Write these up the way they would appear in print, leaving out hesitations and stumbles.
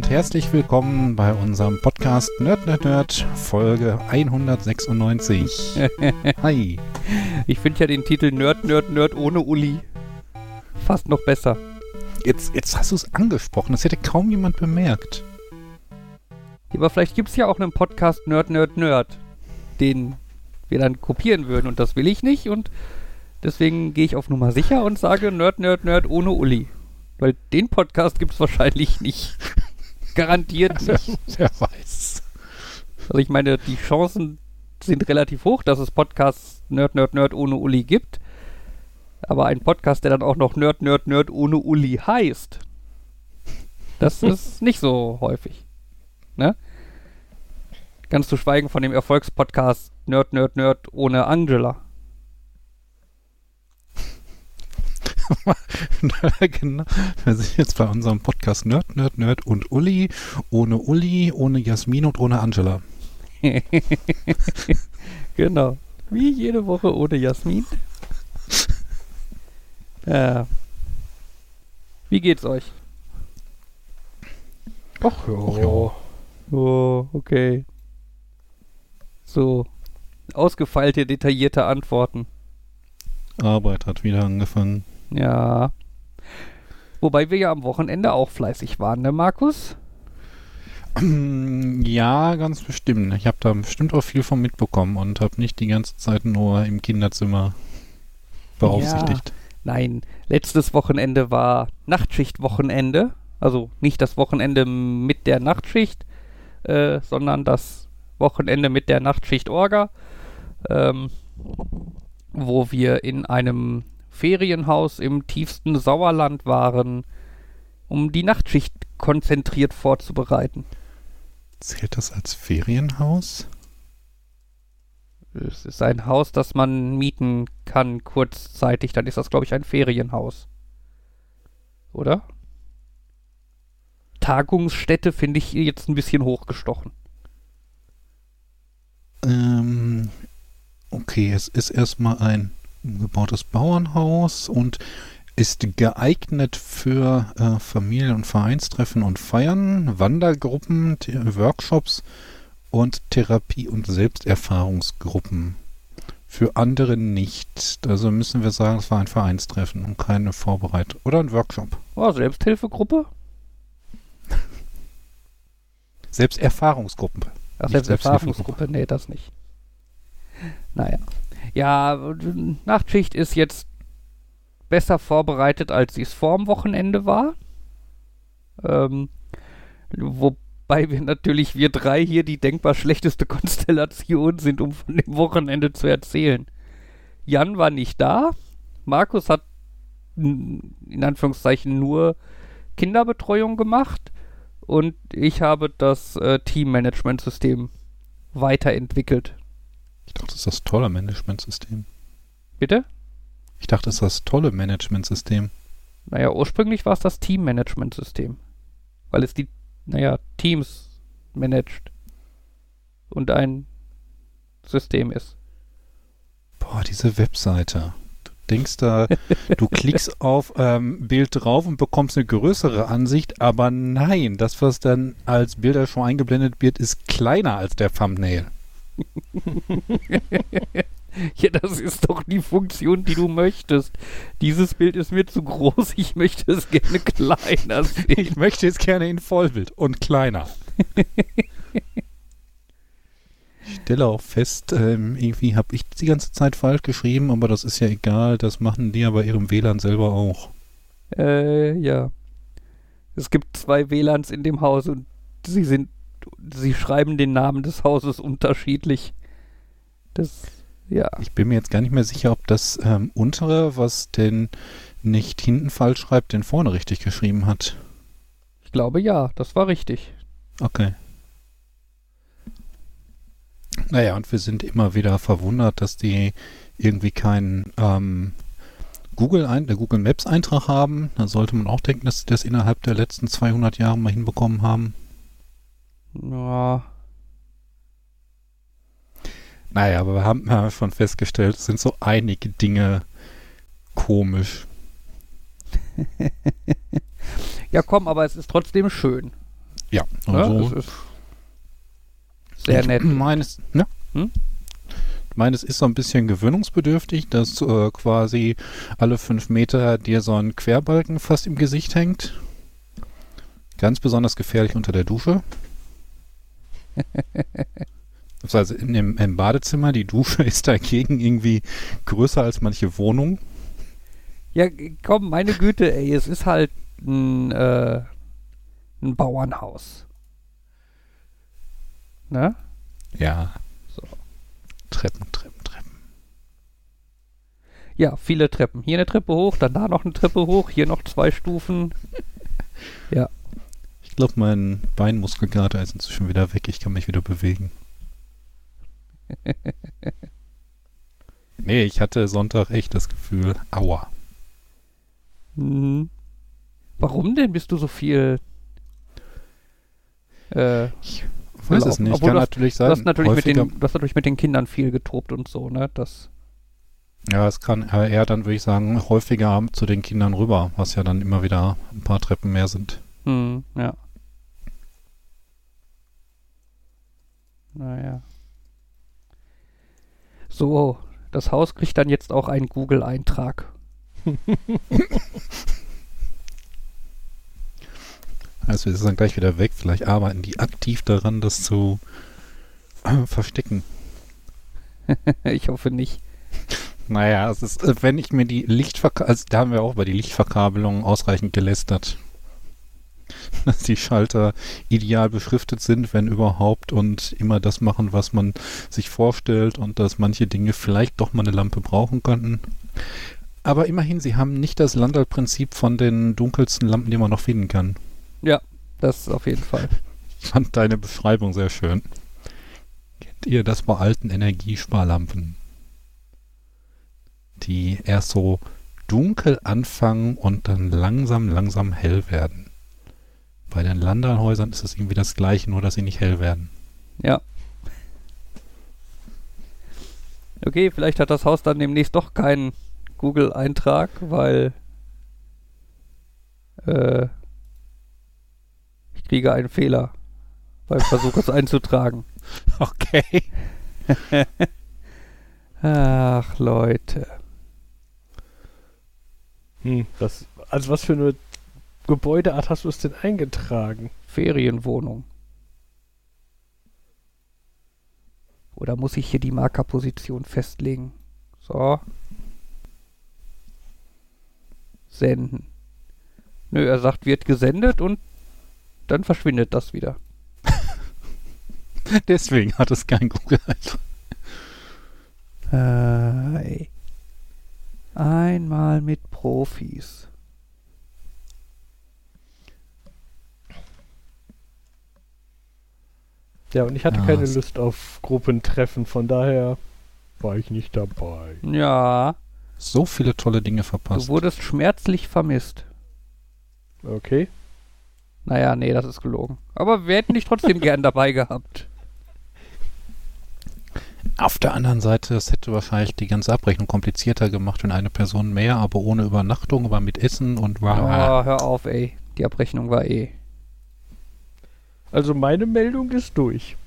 und herzlich willkommen bei unserem Podcast Nerd, Folge 196. Hi. Ich finde ja den Titel Nerd ohne Uli fast noch besser. Jetzt hast du es angesprochen, das hätte kaum jemand bemerkt. Aber vielleicht gibt es ja auch einen Podcast Nerd, den wir dann kopieren würden und das will ich nicht und deswegen gehe ich auf Nummer sicher und sage Nerd ohne Uli. Weil den Podcast gibt es wahrscheinlich nicht. Garantiert nicht. Wer weiß. Also ich meine, die Chancen sind relativ hoch, dass es Podcasts Nerd ohne Uli gibt. Aber ein Podcast, der dann auch noch Nerd ohne Uli heißt, das ist nicht so häufig. Ne? Ganz zu schweigen von dem Erfolgspodcast Nerd ohne Angela. Genau. Wir sind jetzt bei unserem Podcast Nerd und Uli, ohne Jasmin und ohne Angela. Genau. Wie jede Woche ohne Jasmin. Wie geht's euch? Ach ja. Oh, okay. So. Ausgefeilte, detaillierte Antworten. Arbeit hat wieder angefangen. Ja. Wobei wir ja am Wochenende auch fleißig waren, ne, Markus? Ja, ganz bestimmt. Ich habe da bestimmt auch viel von mitbekommen und habe nicht die ganze Zeit nur im Kinderzimmer beaufsichtigt. Ja, nein, letztes Wochenende war Nachtschichtwochenende. Also nicht das Wochenende mit der Nachtschicht, sondern das Wochenende mit der Nachtschicht-Orga, wo wir in einem Ferienhaus im tiefsten Sauerland waren, um die Nachtschicht konzentriert vorzubereiten. Zählt das als Ferienhaus? Es ist ein Haus, das man mieten kann kurzzeitig, dann ist das, glaube ich, ein Ferienhaus. Oder? Tagungsstätte finde ich jetzt ein bisschen hochgestochen. Okay, es ist erstmal ein umgebautes Bauernhaus und ist geeignet für Familien- und Vereinstreffen und Feiern, Wandergruppen, Workshops und Therapie- und Selbsterfahrungsgruppen. Für andere nicht. Also müssen wir sagen, es war ein Vereinstreffen und keine Vorbereitung. Oder ein Workshop. Oh, Selbsthilfegruppe? Selbsterfahrungsgruppe. Ach, Selbsterfahrungsgruppe? Nee, das nicht. Naja. Ja, Nachtschicht ist jetzt besser vorbereitet, als sie es vor dem Wochenende war. Wobei wir drei hier die denkbar schlechteste Konstellation sind, um von dem Wochenende zu erzählen. Jan war nicht da. Markus hat in Anführungszeichen nur Kinderbetreuung gemacht. Und ich habe das Teammanagementsystem weiterentwickelt. Ich dachte, das ist das tolle Managementsystem. Bitte? Ich dachte, das ist das tolle Managementsystem. Naja, ursprünglich war es das Teammanagementsystem. Weil es die, Teams managt. Und ein System ist. Boah, diese Webseite. Du denkst da, du klickst auf Bild drauf und bekommst eine größere Ansicht, aber nein, das, was dann als Bilder schon eingeblendet wird, ist kleiner als der Thumbnail. Ja, das ist doch die Funktion, die du möchtest. Dieses Bild ist mir zu groß, ich möchte es gerne kleiner sehen. Ich möchte es gerne in Vollbild und kleiner. Ich stelle auch fest, irgendwie habe ich die ganze Zeit falsch geschrieben, aber das ist ja egal, das machen die ja bei ihrem WLAN selber auch. Ja. Es gibt 2 WLANs in dem Haus und sie schreiben den Namen des Hauses unterschiedlich. Ja. Ich bin mir jetzt gar nicht mehr sicher, ob das untere, was denn nicht hinten falsch schreibt, den vorne richtig geschrieben hat. Ich glaube ja, das war richtig. Okay. Naja, und wir sind immer wieder verwundert, dass die irgendwie keinen Google Maps Eintrag haben. Da sollte man auch denken, dass sie das innerhalb der letzten 200 Jahre mal hinbekommen haben. Ja. Naja, aber wir haben ja schon festgestellt, es sind so einige Dinge komisch. Ja komm, aber es ist trotzdem schön. Ja, Ja, also das ist sehr nett. Meines, ne? Hm? Meines ist so ein bisschen gewöhnungsbedürftig, dass quasi alle 5 Meter dir so ein Querbalken fast im Gesicht hängt. Ganz besonders gefährlich unter der Dusche. Also im Badezimmer, die Dusche ist dagegen irgendwie größer als manche Wohnung. Ja, komm, meine Güte, ey, es ist halt ein Bauernhaus. Ne? Ja. So. Treppen. Ja, viele Treppen. Hier eine Treppe hoch, dann da noch eine Treppe hoch, hier noch 2 Stufen. Ja. Ich glaube, mein Beinmuskelkater ist inzwischen wieder weg. Ich kann mich wieder bewegen. Nee, ich hatte Sonntag echt das Gefühl, aua. Mhm. Warum denn bist du so viel Ich weiß es gelaufen? nicht. Obwohl Kann du hast- natürlich du sein. hast natürlich häufiger, du hast natürlich mit den Kindern viel getobt und so, ne? Das, ja, es kann eher dann, würde ich sagen, häufiger zu den Kindern rüber, was ja dann immer wieder ein paar Treppen mehr sind. ja. Naja. So, das Haus kriegt dann jetzt auch einen Google-Eintrag. Also es ist dann gleich wieder weg. Vielleicht arbeiten die aktiv daran, das zu verstecken. Ich hoffe nicht. Naja, es ist, wenn ich mir die Lichtverkabelung, also da haben wir auch über die Lichtverkabelung ausreichend gelästert, dass die Schalter ideal beschriftet sind, wenn überhaupt, und immer das machen, was man sich vorstellt, und dass manche Dinge vielleicht doch mal eine Lampe brauchen könnten. Aber immerhin, sie haben nicht das Landal-Prinzip von den dunkelsten Lampen, die man noch finden kann. Ja, das auf jeden Fall. Ich fand deine Beschreibung sehr schön. Kennt ihr das bei alten Energiesparlampen? Die erst so dunkel anfangen und dann langsam hell werden. Bei den Landalhäusern ist es irgendwie das Gleiche, nur dass sie nicht hell werden. Ja. Okay, vielleicht hat das Haus dann demnächst doch keinen Google-Eintrag, weil ich kriege einen Fehler beim Versuch, es einzutragen. Okay. Ach, Leute. Also was für eine Gebäudeart hast du es denn eingetragen? Ferienwohnung. Oder muss ich hier die Markerposition festlegen? So. Senden. Nö, er sagt, wird gesendet und dann verschwindet das wieder. Deswegen hat es kein Google-Eintrag. Einmal mit Profis. Ja, und ich hatte Ja, keine es- Lust auf Gruppentreffen, von daher war ich nicht dabei. Ja, So viele tolle Dinge du verpasst. wurdest schmerzlich vermisst. Okay. Naja, nee, das ist gelogen. Aber wir hätten dich trotzdem gern dabei gehabt. Auf der anderen Seite, es hätte wahrscheinlich die ganze Abrechnung komplizierter gemacht, wenn eine Person mehr, aber ohne Übernachtung, aber mit Essen und Oh, hör auf, ey. Die Abrechnung war eh. Also meine Meldung ist durch.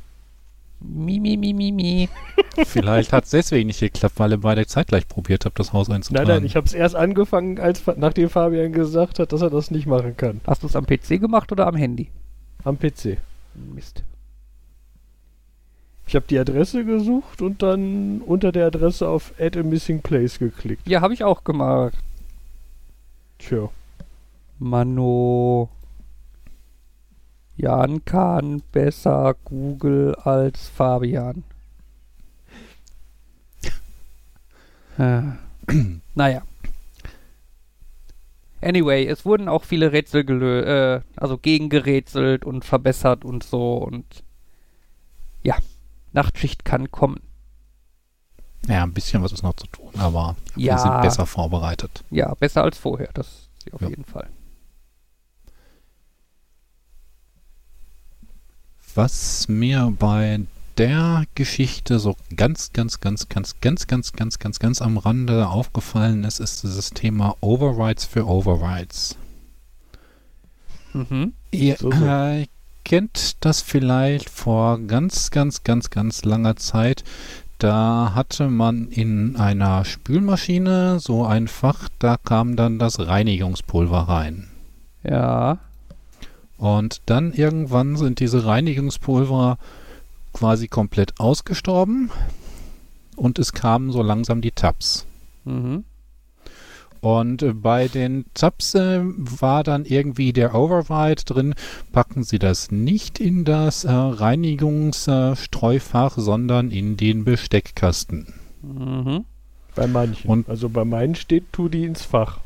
Mi. Vielleicht hat es deswegen nicht geklappt, weil ihr beide zeitgleich probiert habt, das Haus einzutragen. Nein, ich habe es erst angefangen, nachdem Fabian gesagt hat, dass er das nicht machen kann. Hast du es am PC gemacht oder am Handy? Am PC. Mist. Ich habe die Adresse gesucht und dann unter der Adresse auf Add a Missing Place geklickt. Ja, habe ich auch gemacht. Tja. Mano. Jan kann besser Google als Fabian. Naja. Anyway, es wurden auch viele Rätsel also gegengerätselt und verbessert und so, und ja, Nachtschicht kann kommen. Ja, ein bisschen was ist noch zu tun, aber Ja. wir sind besser vorbereitet. Ja, besser als vorher, das auf Ja. jeden Fall. Was mir bei der Geschichte so ganz am Rande aufgefallen ist, ist dieses Thema Overrides für Overrides. Mhm. Ihr So. kennt das vielleicht vor ganz, ganz, ganz, ganz langer Zeit. Da hatte man in einer Spülmaschine so ein Fach, da kam dann das Reinigungspulver rein. Ja. Und dann irgendwann sind diese Reinigungspulver quasi komplett ausgestorben und es kamen so langsam die Tabs. Mhm. Und bei den Tabs war dann irgendwie der Override drin, packen Sie das nicht in das Reinigungsstreufach, sondern in den Besteckkasten. Mhm. Bei manchen. Und- Also bei meinen steht, tu die ins Fach.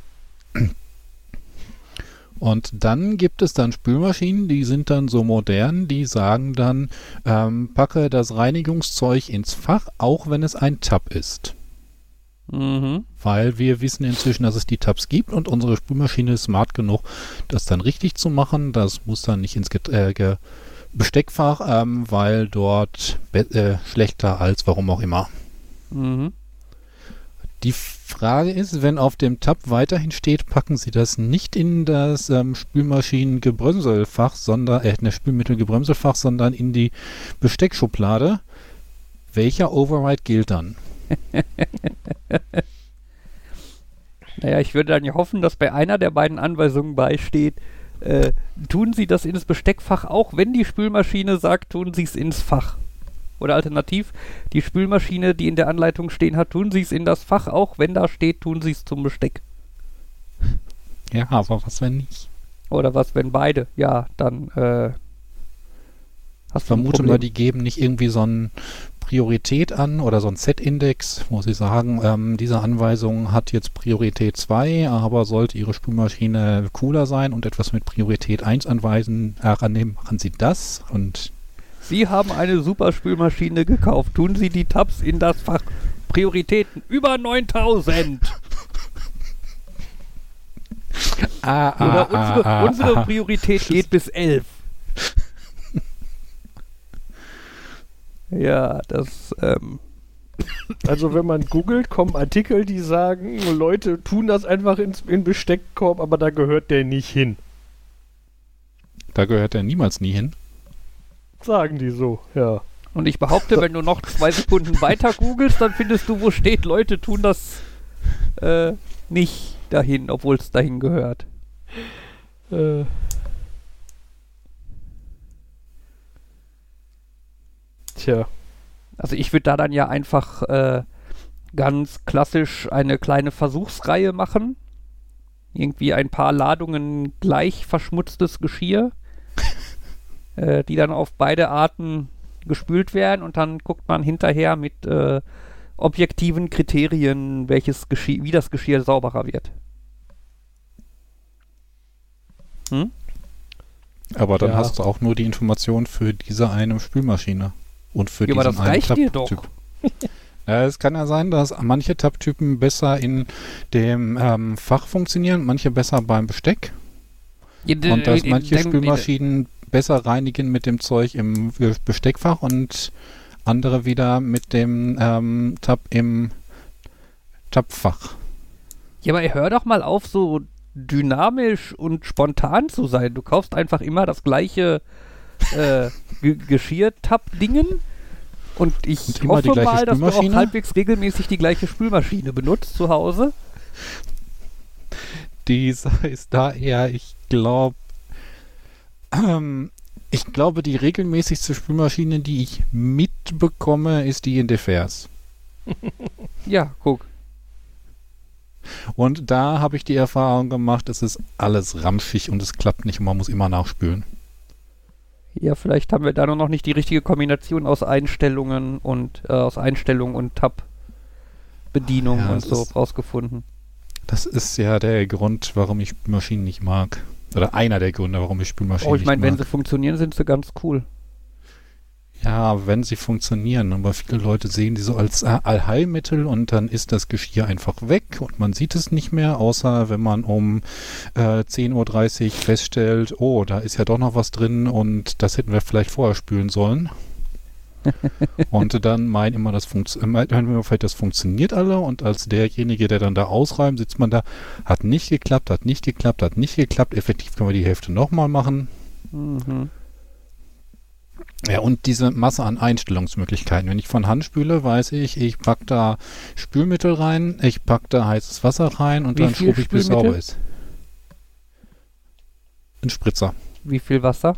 Und dann gibt es dann Spülmaschinen, die sind dann so modern, die sagen dann, packe das Reinigungszeug ins Fach, auch wenn es ein Tab ist. Mhm. Weil wir wissen inzwischen, dass es die Tabs gibt und unsere Spülmaschine ist smart genug, das dann richtig zu machen. Das muss dann nicht ins Besteckfach, weil dort schlechter als warum auch immer. Mhm. Die Frage ist, wenn auf dem Tab weiterhin steht, packen Sie das nicht in das Spülmaschinengebrömselfach, sondern Spülmittelgebrömselfach, sondern in die Besteckschublade. Welcher Override gilt dann? Naja, ich würde dann ja hoffen, dass bei einer der beiden Anweisungen beisteht, tun Sie das ins Besteckfach, auch wenn die Spülmaschine sagt, tun Sie es ins Fach. Oder alternativ, die Spülmaschine, die in der Anleitung stehen hat, tun Sie es in das Fach, auch wenn da steht, tun Sie es zum Besteck. Ja, aber was, wenn nicht? Oder was, wenn beide? Ja, dann hast du ein Vermute Problem. mal, die geben nicht irgendwie so eine Priorität an oder so ein Set-Index, wo sie sagen, diese Anweisung hat jetzt Priorität 2, aber sollte Ihre Spülmaschine cooler sein und etwas mit Priorität 1 annehmen, machen Sie das und Sie haben eine super Spülmaschine gekauft. Tun Sie die Tabs in das Fach. Prioritäten über 9000. Oder unsere Priorität geht bis 11. Ja, das, Also wenn man googelt, kommen Artikel, die sagen, Leute tun das einfach in Besteckkorb, aber da gehört der nicht hin. Da gehört er niemals nie hin. Sagen die so, ja. und ich behaupte, wenn du noch 2 Sekunden weiter googelst, dann findest du, wo steht, Leute tun das nicht dahin, obwohl es dahin gehört. Tja. Also ich würde da dann ja einfach ganz klassisch eine kleine Versuchsreihe machen. Irgendwie ein paar Ladungen gleich verschmutztes Geschirr, die dann auf beide Arten gespült werden und dann guckt man hinterher mit objektiven Kriterien, wie das Geschirr sauberer wird. Hm? Aber dann Ja. hast du auch nur die Information für diese eine Spülmaschine und für Ja, aber diesen das einen reicht dir doch. Tab-Typ. Ja, es kann ja sein, dass manche Tab-Typen besser in dem Fach funktionieren, manche besser beim Besteck und dass manche Spülmaschinen besser reinigen mit dem Zeug im Besteckfach und andere wieder mit dem Tab im Tabfach. Ja, aber hör doch mal auf, so dynamisch und spontan zu sein. Du kaufst einfach immer das gleiche Geschirr-Tab-Dingen und ich Und immer die hoffe gleiche mal, dass du auch Spülmaschine? halbwegs regelmäßig die gleiche Spülmaschine benutzt zu Hause. Die Sache ist da eher, ich glaube, die regelmäßigste Spülmaschine, die ich mitbekomme, ist die in Defers. Ja, guck. Und da habe ich die Erfahrung gemacht, es ist alles ramschig und es klappt nicht und man muss immer nachspülen. Ja, vielleicht haben wir da nur noch nicht die richtige Kombination aus Einstellungen und Tab-Bedienung Ja, und es so ist- rausgefunden. Das ist ja der Grund, warum ich Spülmaschinen nicht mag. Oder einer der Gründe, warum ich Spülmaschinen Oh, ich meine, nicht wenn mag. sie funktionieren, sind sie ganz cool. Ja, wenn sie funktionieren, aber viele Leute sehen die so als Allheilmittel und dann ist das Geschirr einfach weg und man sieht es nicht mehr, außer wenn man um 10:30 Uhr feststellt, oh, da ist ja doch noch was drin und das hätten wir vielleicht vorher spülen sollen. Und dann meinen wir vielleicht, das funktioniert alle und als derjenige, der dann da ausräumt, sitzt man da, hat nicht geklappt, effektiv können wir die Hälfte nochmal machen. Mhm. Ja, und diese Masse an Einstellungsmöglichkeiten. Wenn ich von Hand spüle, weiß ich packe da Spülmittel rein, ich packe da heißes Wasser rein und Wie dann viel schrubbe ich, bis es Spülmittel? sauber ist. Ein Spritzer. Wie viel Wasser?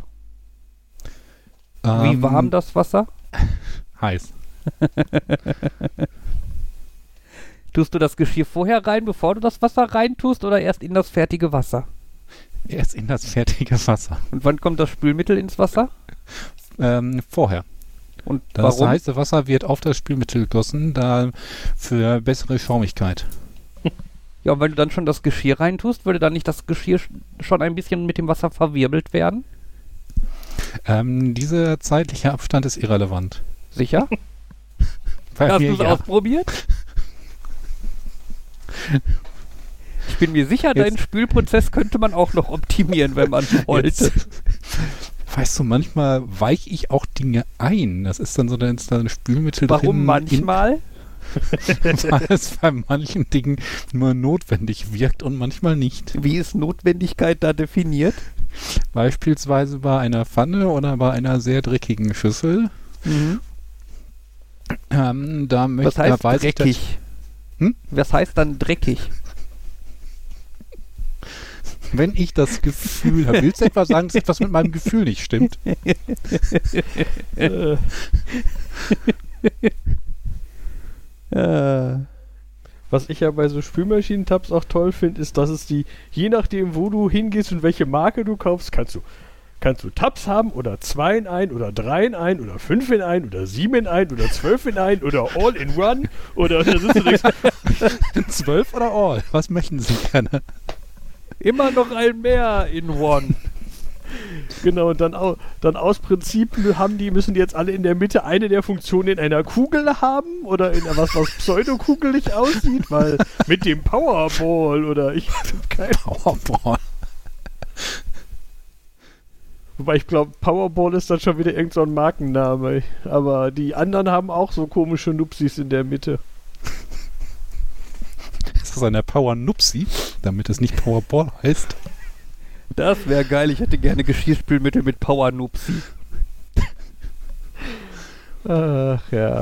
Wie warm das Wasser? Heiß. Tust du das Geschirr vorher rein, bevor du das Wasser reintust, oder erst in das fertige Wasser? Erst in das fertige Wasser. Und wann kommt das Spülmittel ins Wasser? Vorher. Und Das warum? heiße Wasser wird auf das Spülmittel gegossen, da für bessere Schaumigkeit. Ja, und wenn du dann schon das Geschirr reintust, würde dann nicht das Geschirr schon ein bisschen mit dem Wasser verwirbelt werden? Dieser zeitliche Abstand ist irrelevant. Sicher? Bei Hast mir du es ja. ausprobiert? Ich bin mir sicher, Jetzt- deinen Spülprozess könnte man auch noch optimieren, wenn man wollte. Jetzt, weißt du, manchmal weiche ich auch Dinge ein. Das ist dann so, da ist da ein Spülmittel drin. Warum manchmal? Weil es bei manchen Dingen nur notwendig wirkt und manchmal nicht. Wie ist Notwendigkeit da definiert? Beispielsweise bei einer Pfanne oder bei einer sehr dreckigen Schüssel. Mhm. Da Was heißt weiß ich, dass- dreckig? Was heißt dann dreckig? wenn ich das Gefühl habe, willst du etwa sagen, dass etwas mit meinem Gefühl nicht stimmt? Was ich ja bei so Spülmaschinentabs auch toll finde, ist, dass es je nachdem, wo du hingehst und welche Marke du kaufst, kannst du Tabs haben oder 2 in 1 oder 3 in 1 oder 5 in 1 oder 7 in 1 oder 12 in 1 oder All in One oder da sitzt du denkst, 12 oder all? Was möchten Sie gerne? Immer noch ein mehr in One. genau, und dann aus Prinzip müssen die jetzt alle in der Mitte eine der Funktionen in einer Kugel haben oder in was pseudokugelig aussieht, weil mit dem Powerball oder ich keine Powerball. Wobei ich glaube, Powerball ist dann schon wieder irgend so ein Markenname. Aber die anderen haben auch so komische Nupsis in der Mitte. Ist das eine Power-Nupsi, damit es nicht Powerball heißt? Das wäre geil. Ich hätte gerne Geschirrspülmittel mit Power-Nupsi. Ach ja.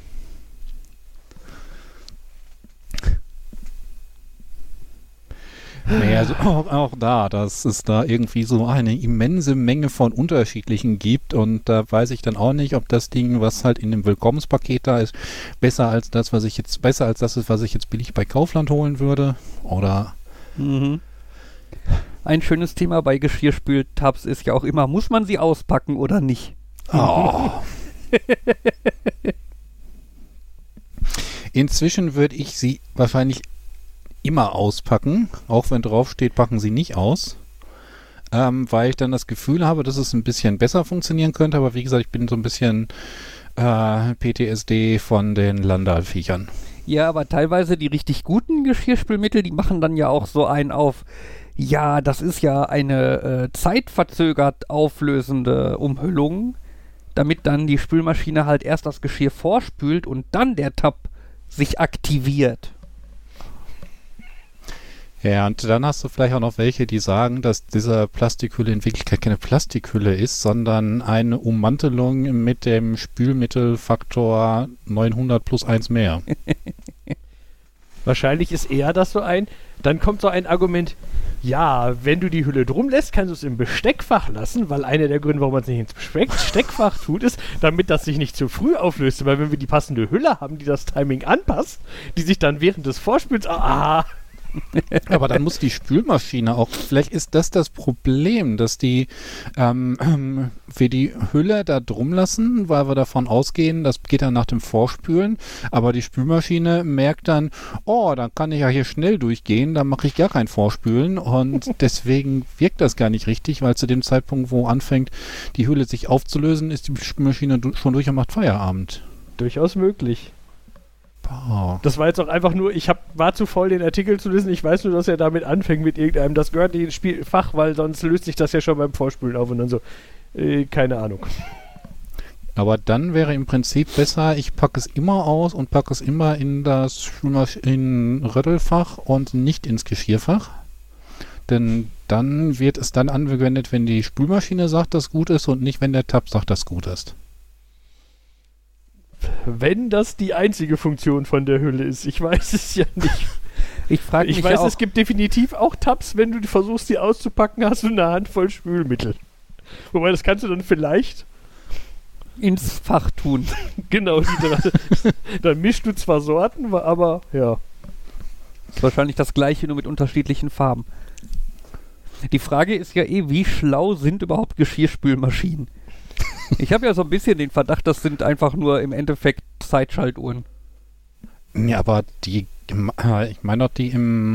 Nee, also auch da, dass es da irgendwie so eine immense Menge von unterschiedlichen gibt und da weiß ich dann auch nicht, ob das Ding, was halt in dem Willkommenspaket da ist, besser als das, was ich jetzt billig bei Kaufland holen würde oder Mhm. Ein schönes Thema bei Geschirrspültabs ist ja auch immer, muss man sie auspacken oder nicht? Inzwischen würde ich sie wahrscheinlich immer auspacken, auch wenn drauf steht, packen sie nicht aus, weil ich dann das Gefühl habe, dass es ein bisschen besser funktionieren könnte, aber wie gesagt, ich bin so ein bisschen PTSD von den Landalviechern. Ja, aber teilweise die richtig guten Geschirrspülmittel, die machen dann ja auch so einen auf, ja, das ist ja eine zeitverzögert auflösende Umhüllung, damit dann die Spülmaschine halt erst das Geschirr vorspült und dann der Tab sich aktiviert. Ja, und dann hast du vielleicht auch noch welche, die sagen, dass diese Plastikhülle in Wirklichkeit keine Plastikhülle ist, sondern eine Ummantelung mit dem Spülmittelfaktor 900 plus 1 mehr. Wahrscheinlich ist eher das dann kommt so ein Argument, ja, wenn du die Hülle drum lässt, kannst du es im Besteckfach lassen, weil einer der Gründe, warum man es nicht ins Besteckfach tut, ist, damit das sich nicht zu früh auflöst. Weil wenn wir die passende Hülle haben, die das Timing anpasst, die sich dann während des Vorspüls, Aber dann muss die Spülmaschine auch, vielleicht ist das Problem, dass wir die Hülle da drum lassen, weil wir davon ausgehen, das geht dann nach dem Vorspülen, aber die Spülmaschine merkt dann, oh, dann kann ich ja hier schnell durchgehen, dann mache ich gar kein Vorspülen und deswegen wirkt das gar nicht richtig, weil zu dem Zeitpunkt, wo anfängt, die Hülle sich aufzulösen, ist die Spülmaschine schon durch und macht Feierabend. durchaus möglich. Boah. Das war jetzt auch einfach nur, war zu voll, den Artikel zu lesen. Ich weiß nur, dass er damit anfängt mit irgendeinem, das gehört nicht ins Spielfach, weil sonst löst sich das ja schon beim Vorspülen auf und dann so, keine Ahnung. Aber dann wäre im Prinzip besser, ich packe es immer aus und packe es immer in das Rödelfach und nicht ins Geschirrfach. Denn dann wird es dann angewendet, wenn die Spülmaschine sagt, dass gut ist und nicht, wenn der Tab sagt, dass gut ist. Wenn das die einzige Funktion von der Hülle ist. Ich weiß es ja nicht. Ich weiß, Ja, es gibt definitiv auch Tabs, wenn du versuchst, die auszupacken, hast du eine Handvoll Spülmittel. Wobei, das kannst du dann vielleicht ins Fach tun. genau, dann mischst du zwar Sorten, aber ja. Ist wahrscheinlich das gleiche, nur mit unterschiedlichen Farben. Die Frage ist ja wie schlau sind überhaupt Geschirrspülmaschinen? Ich habe ja so ein bisschen den Verdacht, das sind einfach nur im Endeffekt Zeitschaltuhren. Ja, aber ich meine doch die im,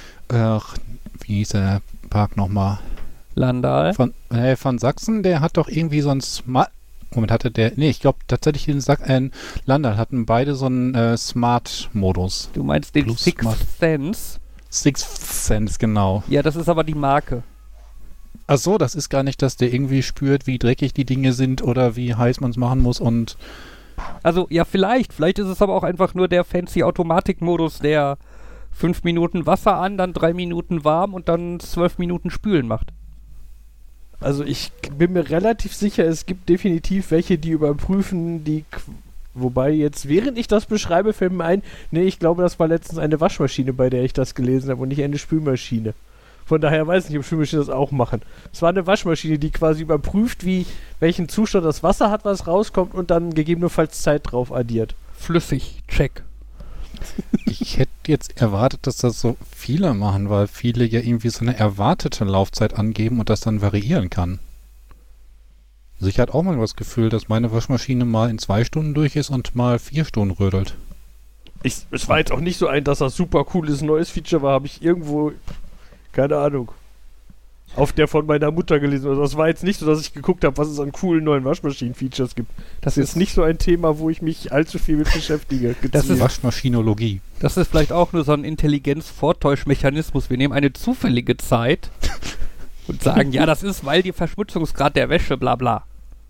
wie hieß der Park nochmal? Landal. Von Sachsen, der hat doch irgendwie so ein Smart... Moment, hatte der... Nee, ich glaube tatsächlich Landal hatten beide so einen Smart-Modus. Du meinst den Plus Sixth Smart. Sense? Sixth Sense, genau. Ja, das ist aber die Marke. Ach so, das ist gar nicht, dass der irgendwie spürt, wie dreckig die Dinge sind oder wie heiß man es machen muss und... Also, ja, vielleicht. Vielleicht ist es aber auch einfach nur der fancy Automatikmodus, der 5 Minuten Wasser an, dann 3 Minuten warm und dann 12 Minuten spülen macht. Also ich bin mir relativ sicher, es gibt definitiv welche, die überprüfen, wobei jetzt, während ich das beschreibe, fällt mir ein, nee, ich glaube, das war letztens eine Waschmaschine, bei der ich das gelesen habe und nicht eine Spülmaschine. Von daher weiß ich nicht, ob Spülmaschinen das auch machen. Es war eine Waschmaschine, die quasi überprüft, welchen Zustand das Wasser hat, was rauskommt und dann gegebenenfalls Zeit drauf addiert. Flüssig, check. Ich hätte jetzt erwartet, dass das so viele machen, weil viele ja irgendwie so eine erwartete Laufzeit angeben und das dann variieren kann. Also ich hatte auch mal das Gefühl, dass meine Waschmaschine mal in 2 Stunden durch ist und mal 4 Stunden rödelt. Es war jetzt auch nicht so dass das super cooles neues Feature war, habe ich irgendwo, keine Ahnung, auf der von meiner Mutter gelesen. Also das war jetzt nicht so, dass ich geguckt habe, was es an coolen neuen Waschmaschinen-Features gibt. Das ist nicht so ein Thema, wo ich mich allzu viel mit beschäftige. Das ist Waschmaschinologie. Das ist vielleicht auch nur so ein Intelligenz-Vortäuschmechanismus. Wir nehmen eine zufällige Zeit und sagen, ja, das ist, weil die Verschmutzungsgrad der Wäsche, bla bla.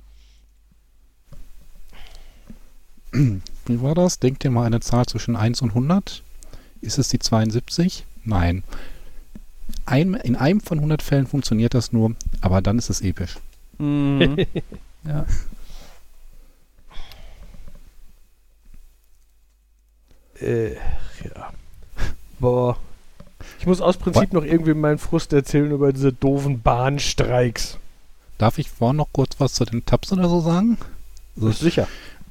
Wie war das? Denkt ihr mal eine Zahl zwischen 1 und 100? Ist es die 72? Nein. In einem von 100 Fällen funktioniert das nur, aber dann ist es episch. Mhm. Ja. Ja. Boah. Ich muss aus Prinzip noch irgendwie meinen Frust erzählen über diese doofen Bahnstreiks. Darf ich vorhin noch kurz was zu den Tabs oder so sagen? Sicher.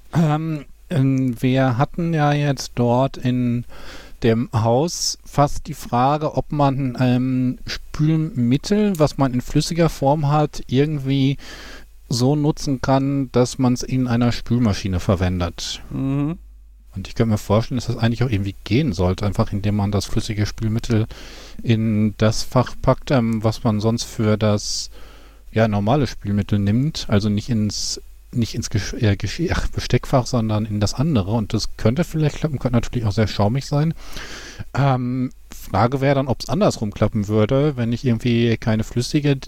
Wir hatten ja jetzt dort in dem Haus fast die Frage, ob man Spülmittel, was man in flüssiger Form hat, irgendwie so nutzen kann, dass man es in einer Spülmaschine verwendet. Mhm. Und ich könnte mir vorstellen, dass das eigentlich auch irgendwie gehen sollte, einfach indem man das flüssige Spülmittel in das Fach packt, was man sonst für das normale Spülmittel nimmt, also nicht ins Besteckfach, sondern in das andere. Und das könnte vielleicht klappen, könnte natürlich auch sehr schaumig sein. Frage wäre dann, ob es andersrum klappen würde, wenn ich irgendwie kein flüssiges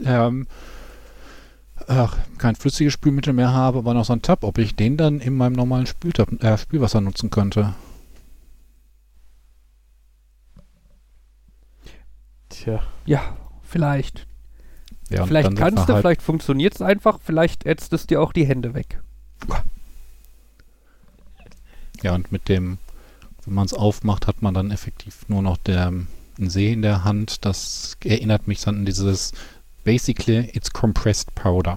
Spülmittel mehr habe, aber noch so einen Tab, ob ich den dann in meinem normalen Spülwasser nutzen könnte. Tja. Ja, vielleicht. Ja, Vielleicht kannst du, vielleicht funktioniert es einfach, vielleicht ätzt es dir auch die Hände weg. Ja, und mit dem, wenn man es aufmacht, hat man dann effektiv nur noch einen See in der Hand. Das erinnert mich dann an dieses Basically, it's compressed powder.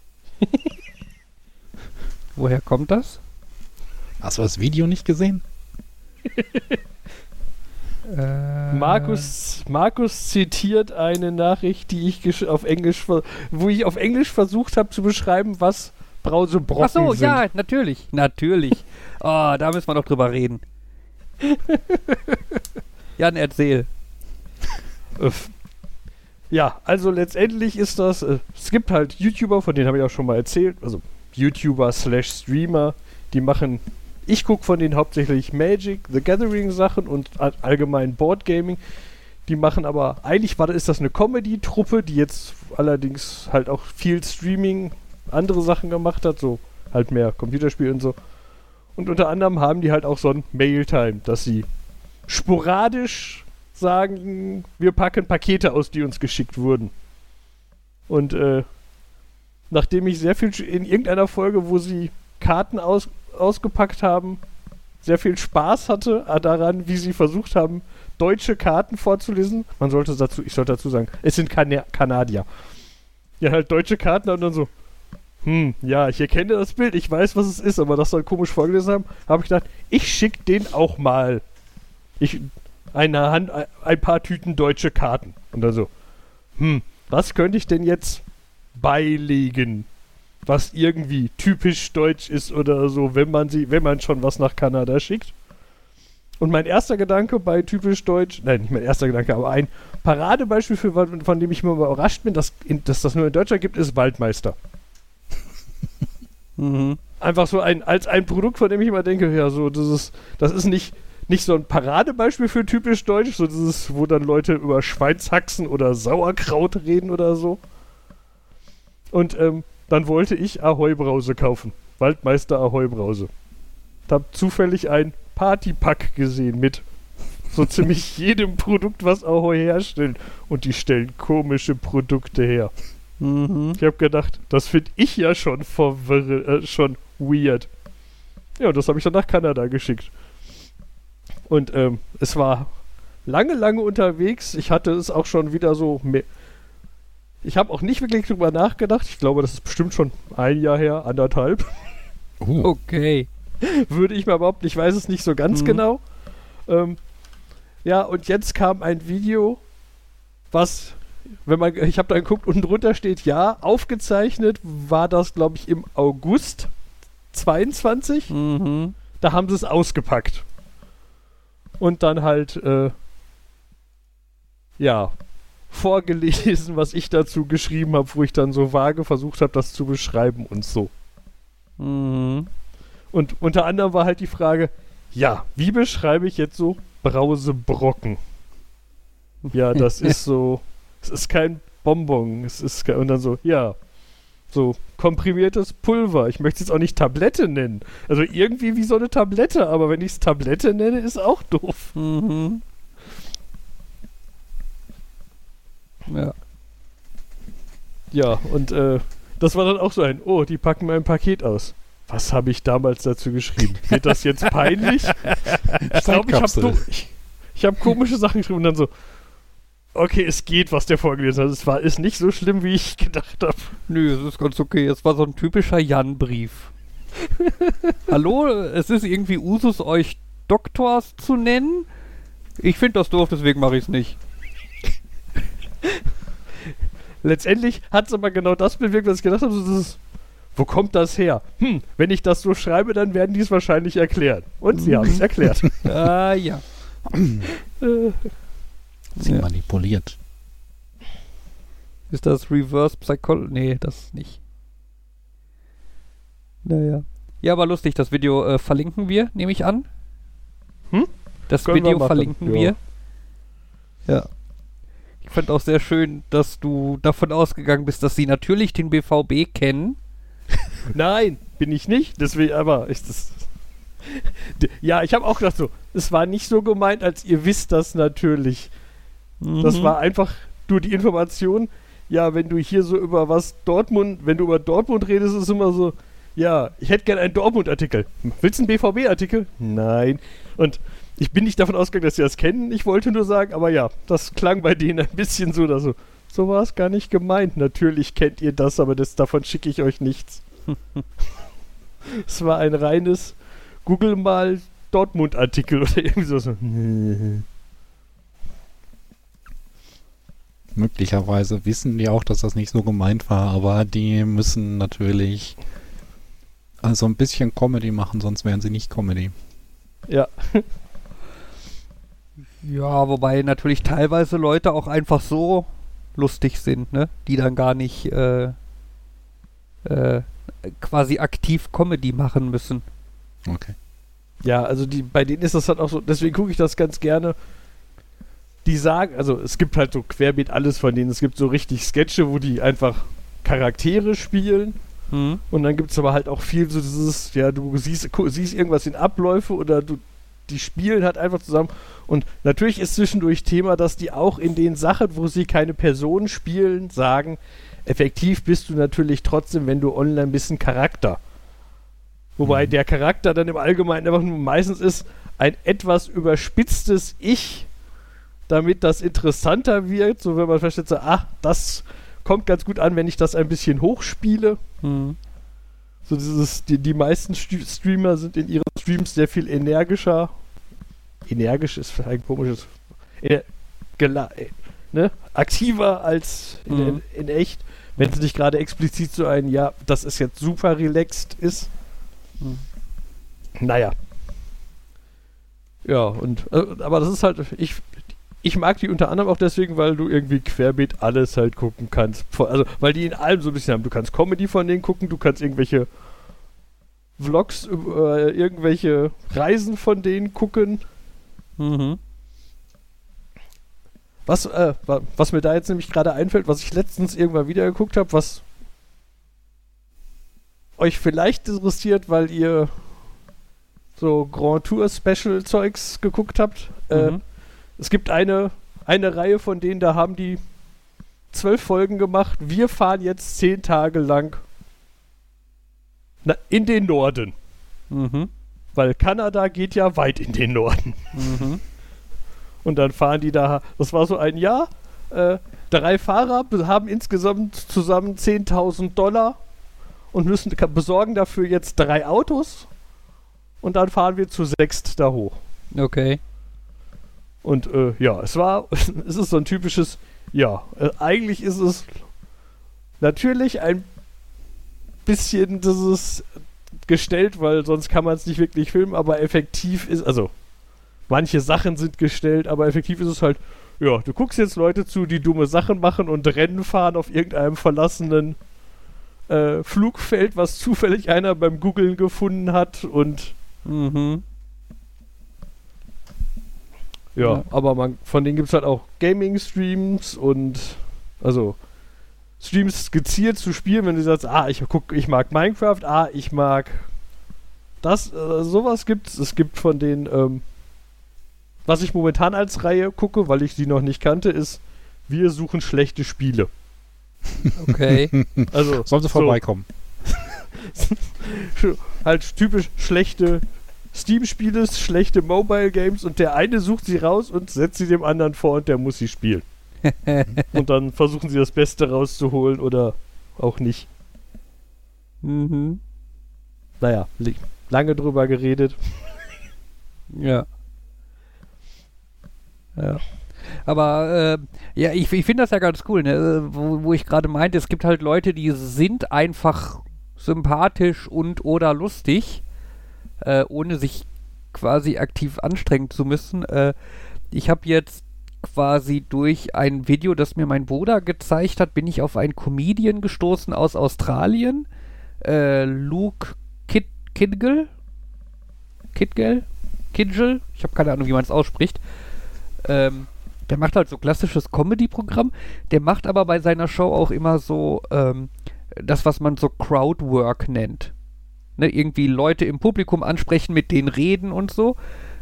Woher kommt das? Hast du das Video nicht gesehen? Markus zitiert eine Nachricht, die ich auf Englisch, wo ich auf Englisch versucht habe zu beschreiben, was Brausebrocken sind. Ach so, ja, natürlich. Natürlich. Oh, da müssen wir doch drüber reden. Jan, erzähl. Ja, also letztendlich ist das, es gibt halt YouTuber, von denen habe ich auch schon mal erzählt, also YouTuber/Streamer, die machen, ich gucke von denen hauptsächlich Magic, The Gathering Sachen und allgemein Boardgaming. Die machen aber, eigentlich ist das eine Comedy-Truppe, die jetzt allerdings halt auch viel Streaming, andere Sachen gemacht hat, so halt mehr Computerspiele und so. Und unter anderem haben die halt auch so ein Mail-Time, dass sie sporadisch sagen, wir packen Pakete aus, die uns geschickt wurden. Und nachdem ich sehr viel in irgendeiner Folge, wo sie Karten ausgepackt haben, sehr viel Spaß hatte daran, wie sie versucht haben, deutsche Karten vorzulesen. Ich sollte dazu sagen, es sind Kanadier. Ja, halt deutsche Karten und dann so, ja, ich erkenne das Bild, ich weiß, was es ist, aber das dann komisch vorgelesen haben, habe ich gedacht, ich schicke den auch mal. Ein paar Tüten deutsche Karten. Und dann so, was könnte ich denn jetzt beilegen, was irgendwie typisch deutsch ist oder so, wenn man schon was nach Kanada schickt? Und mein erster Gedanke bei typisch deutsch, nein, nicht mein erster Gedanke, aber ein Paradebeispiel, von dem ich immer überrascht bin, dass das nur in Deutschland gibt, ist Waldmeister. Einfach so als ein Produkt, von dem ich immer denke, ja, so, das ist nicht so ein Paradebeispiel für typisch deutsch, so dieses, wo dann Leute über Schweinshaxen oder Sauerkraut reden oder so. Und dann wollte ich Ahoi-Brause kaufen. Waldmeister Ahoi-Brause. Hab zufällig ein Partypack gesehen mit so ziemlich jedem Produkt, was Ahoi herstellt. Und die stellen komische Produkte her. Ich habe gedacht, das finde ich ja schon schon weird. Ja, und das habe ich dann nach Kanada geschickt. Und es war lange unterwegs. Ich hatte es auch schon wieder so... Ich habe auch nicht wirklich drüber nachgedacht. Ich glaube, das ist bestimmt schon 1 Jahr her, 1,5. Okay. Würde ich mal behaupten. Ich weiß es nicht so ganz genau. Ja, und jetzt kam ein Video, was... ich habe da geguckt, unten drunter steht, ja, aufgezeichnet war das, glaube ich, im August 22. Da haben sie es ausgepackt. Und dann halt, vorgelesen, was ich dazu geschrieben habe, wo ich dann so vage versucht habe, das zu beschreiben und so. Und unter anderem war halt die Frage, ja, wie beschreibe ich jetzt so Brausebrocken? Ja, das ist so... Es ist kein Bonbon, und dann so, ja, so komprimiertes Pulver. Ich möchte es jetzt auch nicht Tablette nennen. Also irgendwie wie so eine Tablette, aber wenn ich es Tablette nenne, ist auch doof. Ja. Ja, und das war dann auch so die packen mein Paket aus. Was habe ich damals dazu geschrieben? Wird das jetzt peinlich? Ich glaube, ich habe komische Sachen geschrieben und dann so, okay, es geht, was der vorgelesen hat. Ist nicht so schlimm, wie ich gedacht habe. Nö, es ist ganz okay. Es war so ein typischer Jan-Brief. Hallo, es ist irgendwie Usus, euch Doktors zu nennen. Ich finde das doof, deswegen mache ich es nicht. Letztendlich hat es aber genau das bewirkt, was ich gedacht habe. Wo kommt das her? Wenn ich das so schreibe, dann werden die es wahrscheinlich erklären. Und sie haben es erklärt. Ja. Sie manipuliert. Ist das Reverse Psychology? Nee, das nicht. Naja. Ja, aber lustig, das Video verlinken wir, nehme ich an. Das Können Video wir verlinken wir. Ja. Ich fand auch sehr schön, dass du davon ausgegangen bist, dass sie natürlich den BVB kennen. Nein, bin ich nicht. Deswegen, aber ist das... Ja, ich habe auch gedacht so, es war nicht so gemeint, als ihr wisst das natürlich. Das war einfach nur die Information, ja, wenn du hier so über wenn du über Dortmund redest, ist es immer so, ja, ich hätte gerne einen Dortmund-Artikel. Willst du einen BVB-Artikel? Nein. Und ich bin nicht davon ausgegangen, dass sie das kennen. Ich wollte nur sagen, aber ja, das klang bei denen ein bisschen so oder so. So war es gar nicht gemeint. Natürlich kennt ihr das, aber davon schicke ich euch nichts. Es war ein reines Google mal Dortmund-Artikel oder irgendwie so. Möglicherweise wissen die auch, dass das nicht so gemeint war, aber die müssen natürlich also ein bisschen Comedy machen, sonst wären sie nicht Comedy. Ja. Ja, wobei natürlich teilweise Leute auch einfach so lustig sind, ne? Die dann gar nicht quasi aktiv Comedy machen müssen. Okay. Ja, also bei denen ist das halt auch so, deswegen gucke ich das ganz gerne. Die sagen, also es gibt halt so querbeet alles von denen. Es gibt so richtig Sketche, wo die einfach Charaktere spielen. Und dann gibt es aber halt auch viel so dieses, ja, du siehst irgendwas in Abläufe oder die spielen halt einfach zusammen. Und natürlich ist zwischendurch Thema, dass die auch in den Sachen, wo sie keine Personen spielen, sagen, effektiv bist du natürlich trotzdem, wenn du online bist, ein Charakter. Wobei der Charakter dann im Allgemeinen einfach nur meistens ist ein etwas überspitztes Ich, damit das interessanter wird, so wenn man versteht, so, das kommt ganz gut an, wenn ich das ein bisschen hochspiele. So die meisten Streamer sind in ihren Streams sehr viel energischer. Energisch ist vielleicht ein komisches. Aktiver als in echt. Wenn es nicht gerade explizit so das ist jetzt super relaxed ist. Naja. Ja, aber das ist halt, ich mag die unter anderem auch deswegen, weil du irgendwie querbeet alles halt gucken kannst. Also, weil die in allem so ein bisschen haben. Du kannst Comedy von denen gucken, du kannst irgendwelche Vlogs, irgendwelche Reisen von denen gucken. Was mir da jetzt nämlich gerade einfällt, was ich letztens irgendwann wieder geguckt habe, was euch vielleicht interessiert, weil ihr so Grand Tour Special Zeugs geguckt habt. Es gibt eine Reihe von denen, da haben die 12 Folgen gemacht. Wir fahren jetzt 10 Tage lang in den Norden. Weil Kanada geht ja weit in den Norden. Und dann fahren die da, das war so ein Jahr, 3 Fahrer haben insgesamt zusammen $10.000 und besorgen dafür jetzt 3 Autos und dann fahren wir zu 6 da hoch. Okay. Und es ist so ein typisches, eigentlich ist es natürlich ein bisschen dieses gestellt, weil sonst kann man es nicht wirklich filmen, aber effektiv ist, also manche Sachen sind gestellt, aber effektiv ist es halt, du guckst jetzt Leute zu, die dumme Sachen machen und Rennen fahren auf irgendeinem verlassenen Flugfeld, was zufällig einer beim Googlen gefunden hat und aber von denen gibt es halt auch Gaming-Streams und also Streams gezielt zu spielen, wenn du sagst, ich mag Minecraft, ich mag das, sowas gibt's. Es gibt von denen, was ich momentan als Reihe gucke, weil ich sie noch nicht kannte, ist Wir suchen schlechte Spiele. Okay. Also sollen sie vorbeikommen. Halt typisch schlechte Steam-Spiele, schlechte Mobile-Games und der eine sucht sie raus und setzt sie dem anderen vor und der muss sie spielen. Und dann versuchen sie das Beste rauszuholen oder auch nicht. Naja, lange drüber geredet. Ja. Aber ich finde das ja ganz cool, ne? Wo ich gerade meinte, es gibt halt Leute, die sind einfach sympathisch und oder lustig, ohne sich quasi aktiv anstrengen zu müssen. Ich habe jetzt quasi durch ein Video, das mir mein Bruder gezeigt hat, bin ich auf einen Comedian gestoßen aus Australien, Luke Kidgel, ich habe keine Ahnung, wie man es ausspricht. Der macht halt so klassisches Comedy-Programm, der macht aber bei seiner Show auch immer so das, was man so Crowdwork nennt. Ne, irgendwie Leute im Publikum ansprechen, mit denen reden und so.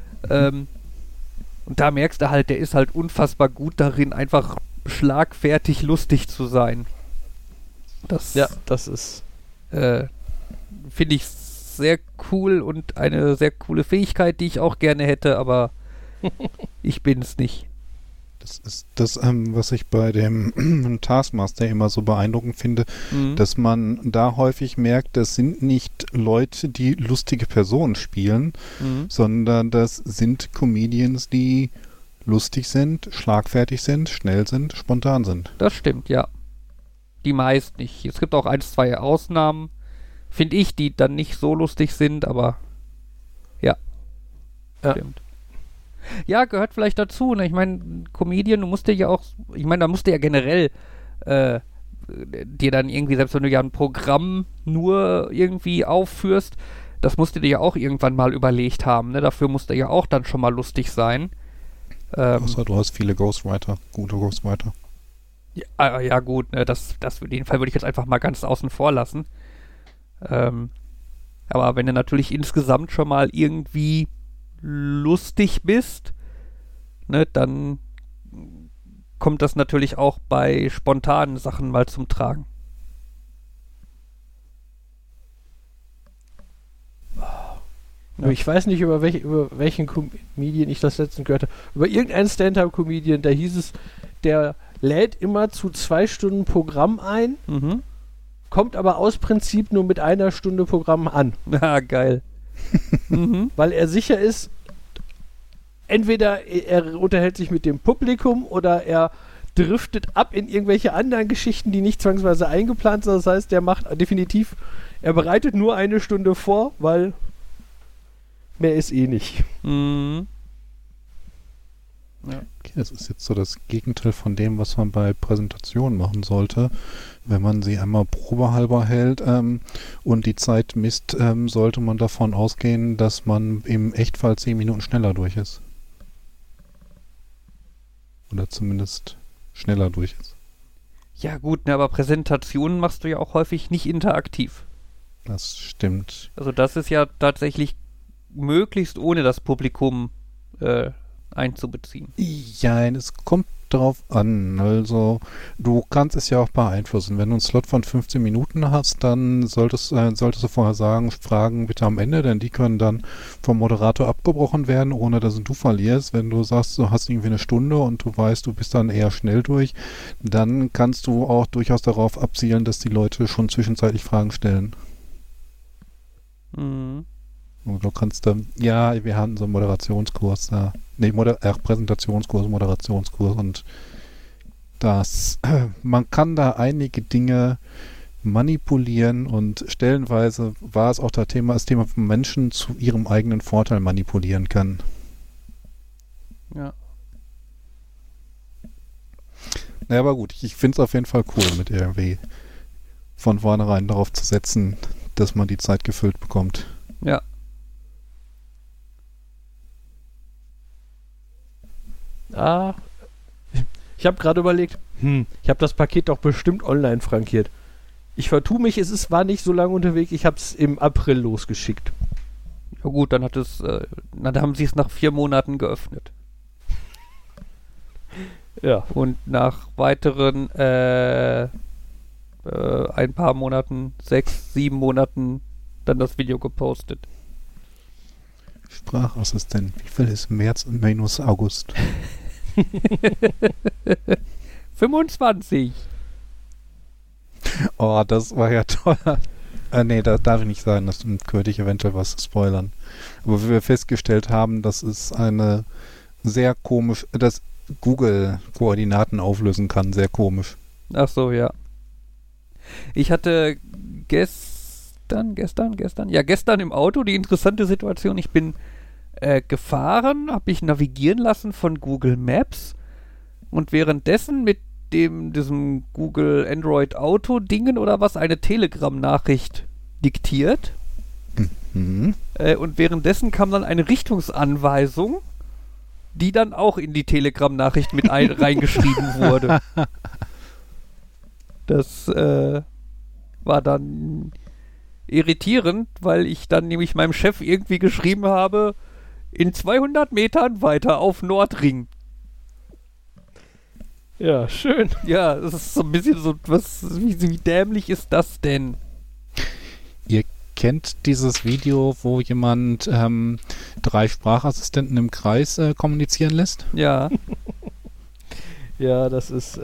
Und da merkst du halt, der ist halt unfassbar gut darin, einfach schlagfertig lustig zu sein. Das ist finde ich sehr cool und eine sehr coole Fähigkeit, die ich auch gerne hätte, aber ich bin's nicht. Das ist das, was ich bei dem Taskmaster immer so beeindruckend finde, dass man da häufig merkt, das sind nicht Leute, die lustige Personen spielen, sondern das sind Comedians, die lustig sind, schlagfertig sind, schnell sind, spontan sind. Das stimmt, ja. Die meist nicht. Es gibt auch 1, 2 Ausnahmen, finde ich, die dann nicht so lustig sind, aber ja. Stimmt. Ja, gehört vielleicht dazu. Ne? Ich meine, Comedian, du musst dir ja auch, da musst du ja generell dir dann irgendwie, selbst wenn du ja ein Programm nur irgendwie aufführst, das musst du dir ja auch irgendwann mal überlegt haben. Ne? Dafür musst du ja auch dann schon mal lustig sein. Außer du hast viele Ghostwriter, gute Ghostwriter. Ja gut, ne? Den Fall würde ich jetzt einfach mal ganz außen vor lassen. Aber wenn du natürlich insgesamt schon mal irgendwie lustig bist, ne, dann kommt das natürlich auch bei spontanen Sachen mal zum Tragen. Ja. Ich weiß nicht, über welchen Comedian ich das letztens gehört habe. Über irgendeinen Stand-Up-Comedian, da hieß es, der lädt immer zu 2 Stunden Programm ein, kommt aber aus Prinzip nur mit 1 Stunde Programm an. Ah, geil. Weil er sicher ist, entweder er unterhält sich mit dem Publikum oder er driftet ab in irgendwelche anderen Geschichten, die nicht zwangsweise eingeplant sind. Das heißt, er macht definitiv, er bereitet nur 1 Stunde vor, weil mehr ist eh nicht. Mhm. Ja. Okay, das ist jetzt so das Gegenteil von dem, was man bei Präsentationen machen sollte. Wenn man sie einmal probehalber hält und die Zeit misst, sollte man davon ausgehen, dass man im Echtfall 10 Minuten schneller durch ist. Oder zumindest schneller durch ist. Ja gut, ne, aber Präsentationen machst du ja auch häufig nicht interaktiv. Das stimmt. Also das ist ja tatsächlich möglichst ohne das Publikum einzubeziehen. Ja, es kommt drauf an. Also du kannst es ja auch beeinflussen. Wenn du einen Slot von 15 Minuten hast, dann solltest du vorher sagen, Fragen bitte am Ende, denn die können dann vom Moderator abgebrochen werden, ohne dass du verlierst. Wenn du sagst, du hast irgendwie 1 Stunde und du weißt, du bist dann eher schnell durch, dann kannst du auch durchaus darauf abzielen, dass die Leute schon zwischenzeitlich Fragen stellen. Mhm. Und du kannst dann, ja, wir hatten so einen Moderationskurs da. Nee, Präsentationskurs, Moderationskurs und man kann da einige Dinge manipulieren und stellenweise war es auch das Thema von Menschen zu ihrem eigenen Vorteil manipulieren kann. Ja. Naja, aber gut, ich finde es auf jeden Fall cool, mit irgendwie von vornherein darauf zu setzen, dass man die Zeit gefüllt bekommt. Ja. Ich habe gerade überlegt, ich habe das Paket doch bestimmt online frankiert. Ich vertue mich, war nicht so lange unterwegs, ich habe es im April losgeschickt. Ja gut, dann dann haben sie es nach 4 Monaten geöffnet. Ja. Und nach weiteren ein paar Monaten, 6, 7 Monaten, dann das Video gepostet. Sprachassistent, wie viel ist März und minus August? 25. Oh, das war ja toll. Nee, da darf ich nicht sagen, das könnte ich eventuell was spoilern. Aber wie wir festgestellt haben, das ist eine sehr komisch, dass Google Koordinaten auflösen kann, sehr komisch. Ach so, ja. Ich hatte gestern im Auto die interessante Situation, ich bin gefahren, habe mich navigieren lassen von Google Maps und währenddessen mit diesem Google Android Auto Dingen oder was eine Telegram-Nachricht diktiert. Und währenddessen kam dann eine Richtungsanweisung, die dann auch in die Telegram-Nachricht mit reingeschrieben wurde. Das war dann irritierend, weil ich dann nämlich meinem Chef irgendwie geschrieben habe, in 200 Metern weiter auf Nordring. Ja, schön. Ja, das ist so ein bisschen so, wie dämlich ist das denn? Ihr kennt dieses Video, wo jemand 3 Sprachassistenten im Kreis kommunizieren lässt? Ja. Ja, das ist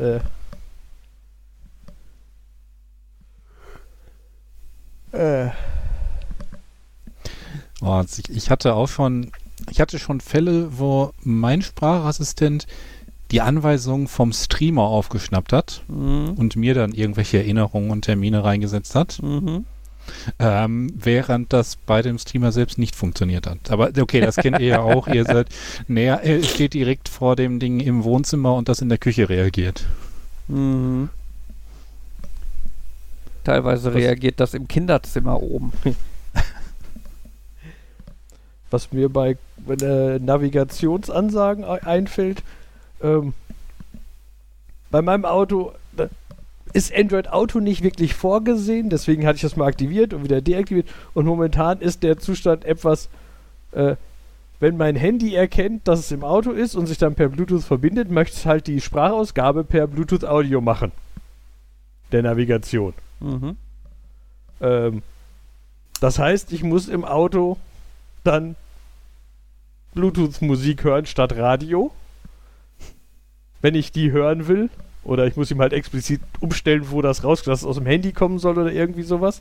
ich hatte schon Fälle, wo mein Sprachassistent die Anweisungen vom Streamer aufgeschnappt hat und mir dann irgendwelche Erinnerungen und Termine reingesetzt hat, während das bei dem Streamer selbst nicht funktioniert hat. Aber okay, das kennt ihr ja auch. Ihr steht direkt vor dem Ding im Wohnzimmer und das in der Küche reagiert. Teilweise reagiert das im Kinderzimmer oben. Was mir bei Navigationsansagen einfällt, bei meinem Auto ist Android Auto nicht wirklich vorgesehen, deswegen hatte ich das mal aktiviert und wieder deaktiviert und momentan ist der Zustand etwas wenn mein Handy erkennt, dass es im Auto ist und sich dann per Bluetooth verbindet, möchte es halt die Sprachausgabe per Bluetooth Audio machen. Der Navigation. Mhm. Das heißt, ich muss im Auto dann Bluetooth-Musik hören statt Radio, wenn ich die hören will. Oder ich muss ihm halt explizit umstellen, wo das dass es aus dem Handy kommen soll oder irgendwie sowas.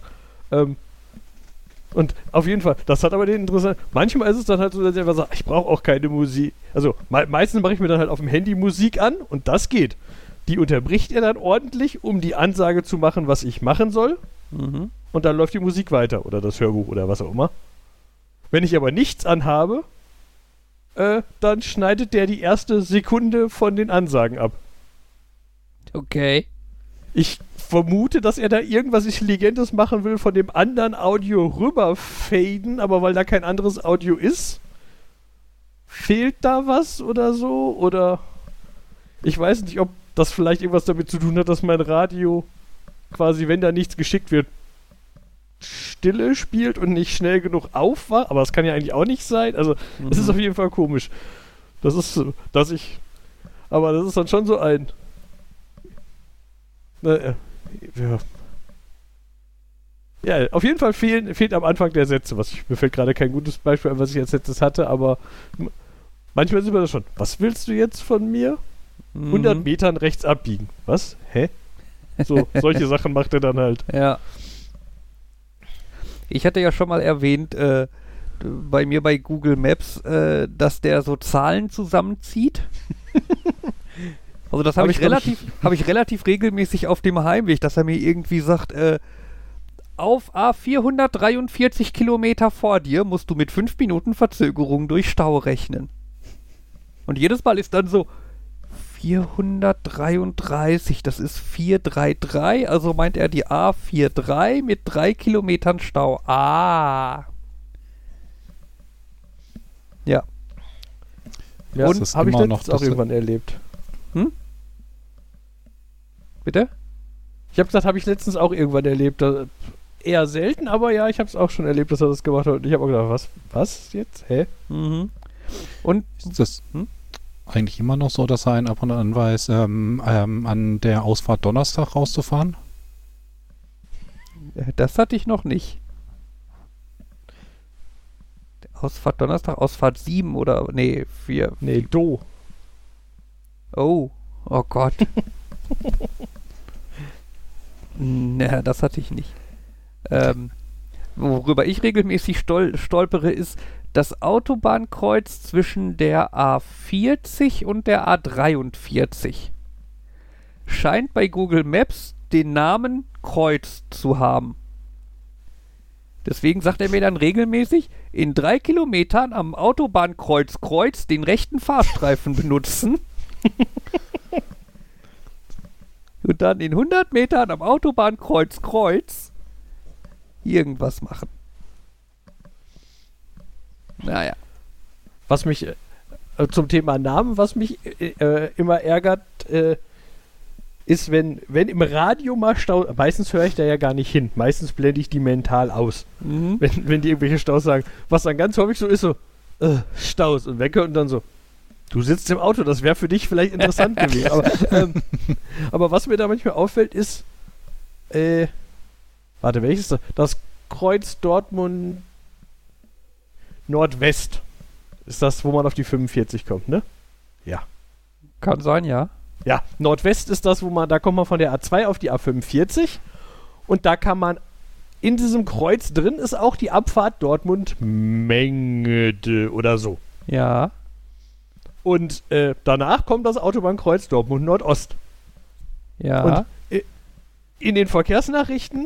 Und auf jeden Fall, das hat aber den interessant. Manchmal ist es dann halt so, dass ich einfach sage, ich brauche auch keine Musik. Also meistens mache ich mir dann halt auf dem Handy Musik an und das geht. Die unterbricht er dann ordentlich, um die Ansage zu machen, was ich machen soll. Mhm. Und dann läuft die Musik weiter oder das Hörbuch oder was auch immer. Wenn ich aber nichts anhabe, dann schneidet der die erste Sekunde von den Ansagen ab. Okay. Ich vermute, dass er da irgendwas Intelligentes machen will, von dem anderen Audio rüberfaden, aber weil da kein anderes Audio ist, fehlt da was oder so? Oder ich weiß nicht, ob das vielleicht irgendwas damit zu tun hat, dass mein Radio quasi, wenn da nichts geschickt wird, Stille spielt und nicht schnell genug aufwacht. Aber das kann ja eigentlich auch nicht sein. Also, es ist auf jeden Fall komisch. Das ist, aber das ist dann schon so ein. Ja, auf jeden Fall fehlt am Anfang der Sätze. Mir fällt gerade kein gutes Beispiel ein, was ich als letztes hatte, aber manchmal sieht man das schon. Was willst du jetzt von mir? 100 Metern rechts abbiegen. Was? Hä? So, solche Sachen macht er dann halt. Ja. Ich hatte ja schon mal erwähnt, bei mir bei Google Maps, dass der so Zahlen zusammenzieht. Also das habe ich relativ regelmäßig auf dem Heimweg, dass er mir irgendwie sagt, auf A443 Kilometer vor dir musst du mit 5 Minuten Verzögerung durch Stau rechnen. Und jedes Mal ist dann so 433, das ist 433, also meint er die A43 mit 3 Kilometern Stau. Ah. Ja. Ja, und habe ich letztens auch irgendwann erlebt. Bitte? Ich habe gesagt, habe ich letztens auch irgendwann erlebt. Eher selten, aber ja, ich habe es auch schon erlebt, dass er das gemacht hat. Und ich habe auch gedacht, was jetzt? Hä? Mhm. Und ist das eigentlich immer noch so, dass er einen ab und an weiß, an der Ausfahrt Donnerstag rauszufahren? Das hatte ich noch nicht. Ausfahrt Donnerstag, Ausfahrt 7 oder, nee, 4. Nee, Do. Oh Gott. Naja, das hatte ich nicht. Worüber ich regelmäßig stolpere, ist das Autobahnkreuz zwischen der A40 und der A43. Scheint bei Google Maps den Namen Kreuz zu haben. Deswegen sagt er mir dann regelmäßig, in 3 Kilometern am Autobahnkreuz Kreuz den rechten Fahrstreifen benutzen. Und dann in 100 Metern am Autobahnkreuz Kreuz irgendwas machen. Naja. Was mich zum Thema Namen, was mich immer ärgert, ist, wenn im Radio mal Stau, meistens höre ich da ja gar nicht hin, meistens blende ich die mental aus, wenn die irgendwelche Staus sagen, was dann ganz häufig so ist, so, Staus und wegge und dann so, du sitzt im Auto, das wäre für dich vielleicht interessant gewesen, aber was mir da manchmal auffällt ist, warte, welches ist das? Das Kreuz Dortmund Nordwest ist das, wo man auf die 45 kommt, ne? Ja. Kann sein, ja. Ja, Nordwest ist das, da kommt man von der A2 auf die A45 und da kann man, in diesem Kreuz drin ist auch die Abfahrt Dortmund-Mengede oder so. Ja. Und danach kommt das Autobahnkreuz Dortmund-Nordost. Ja. Und in den Verkehrsnachrichten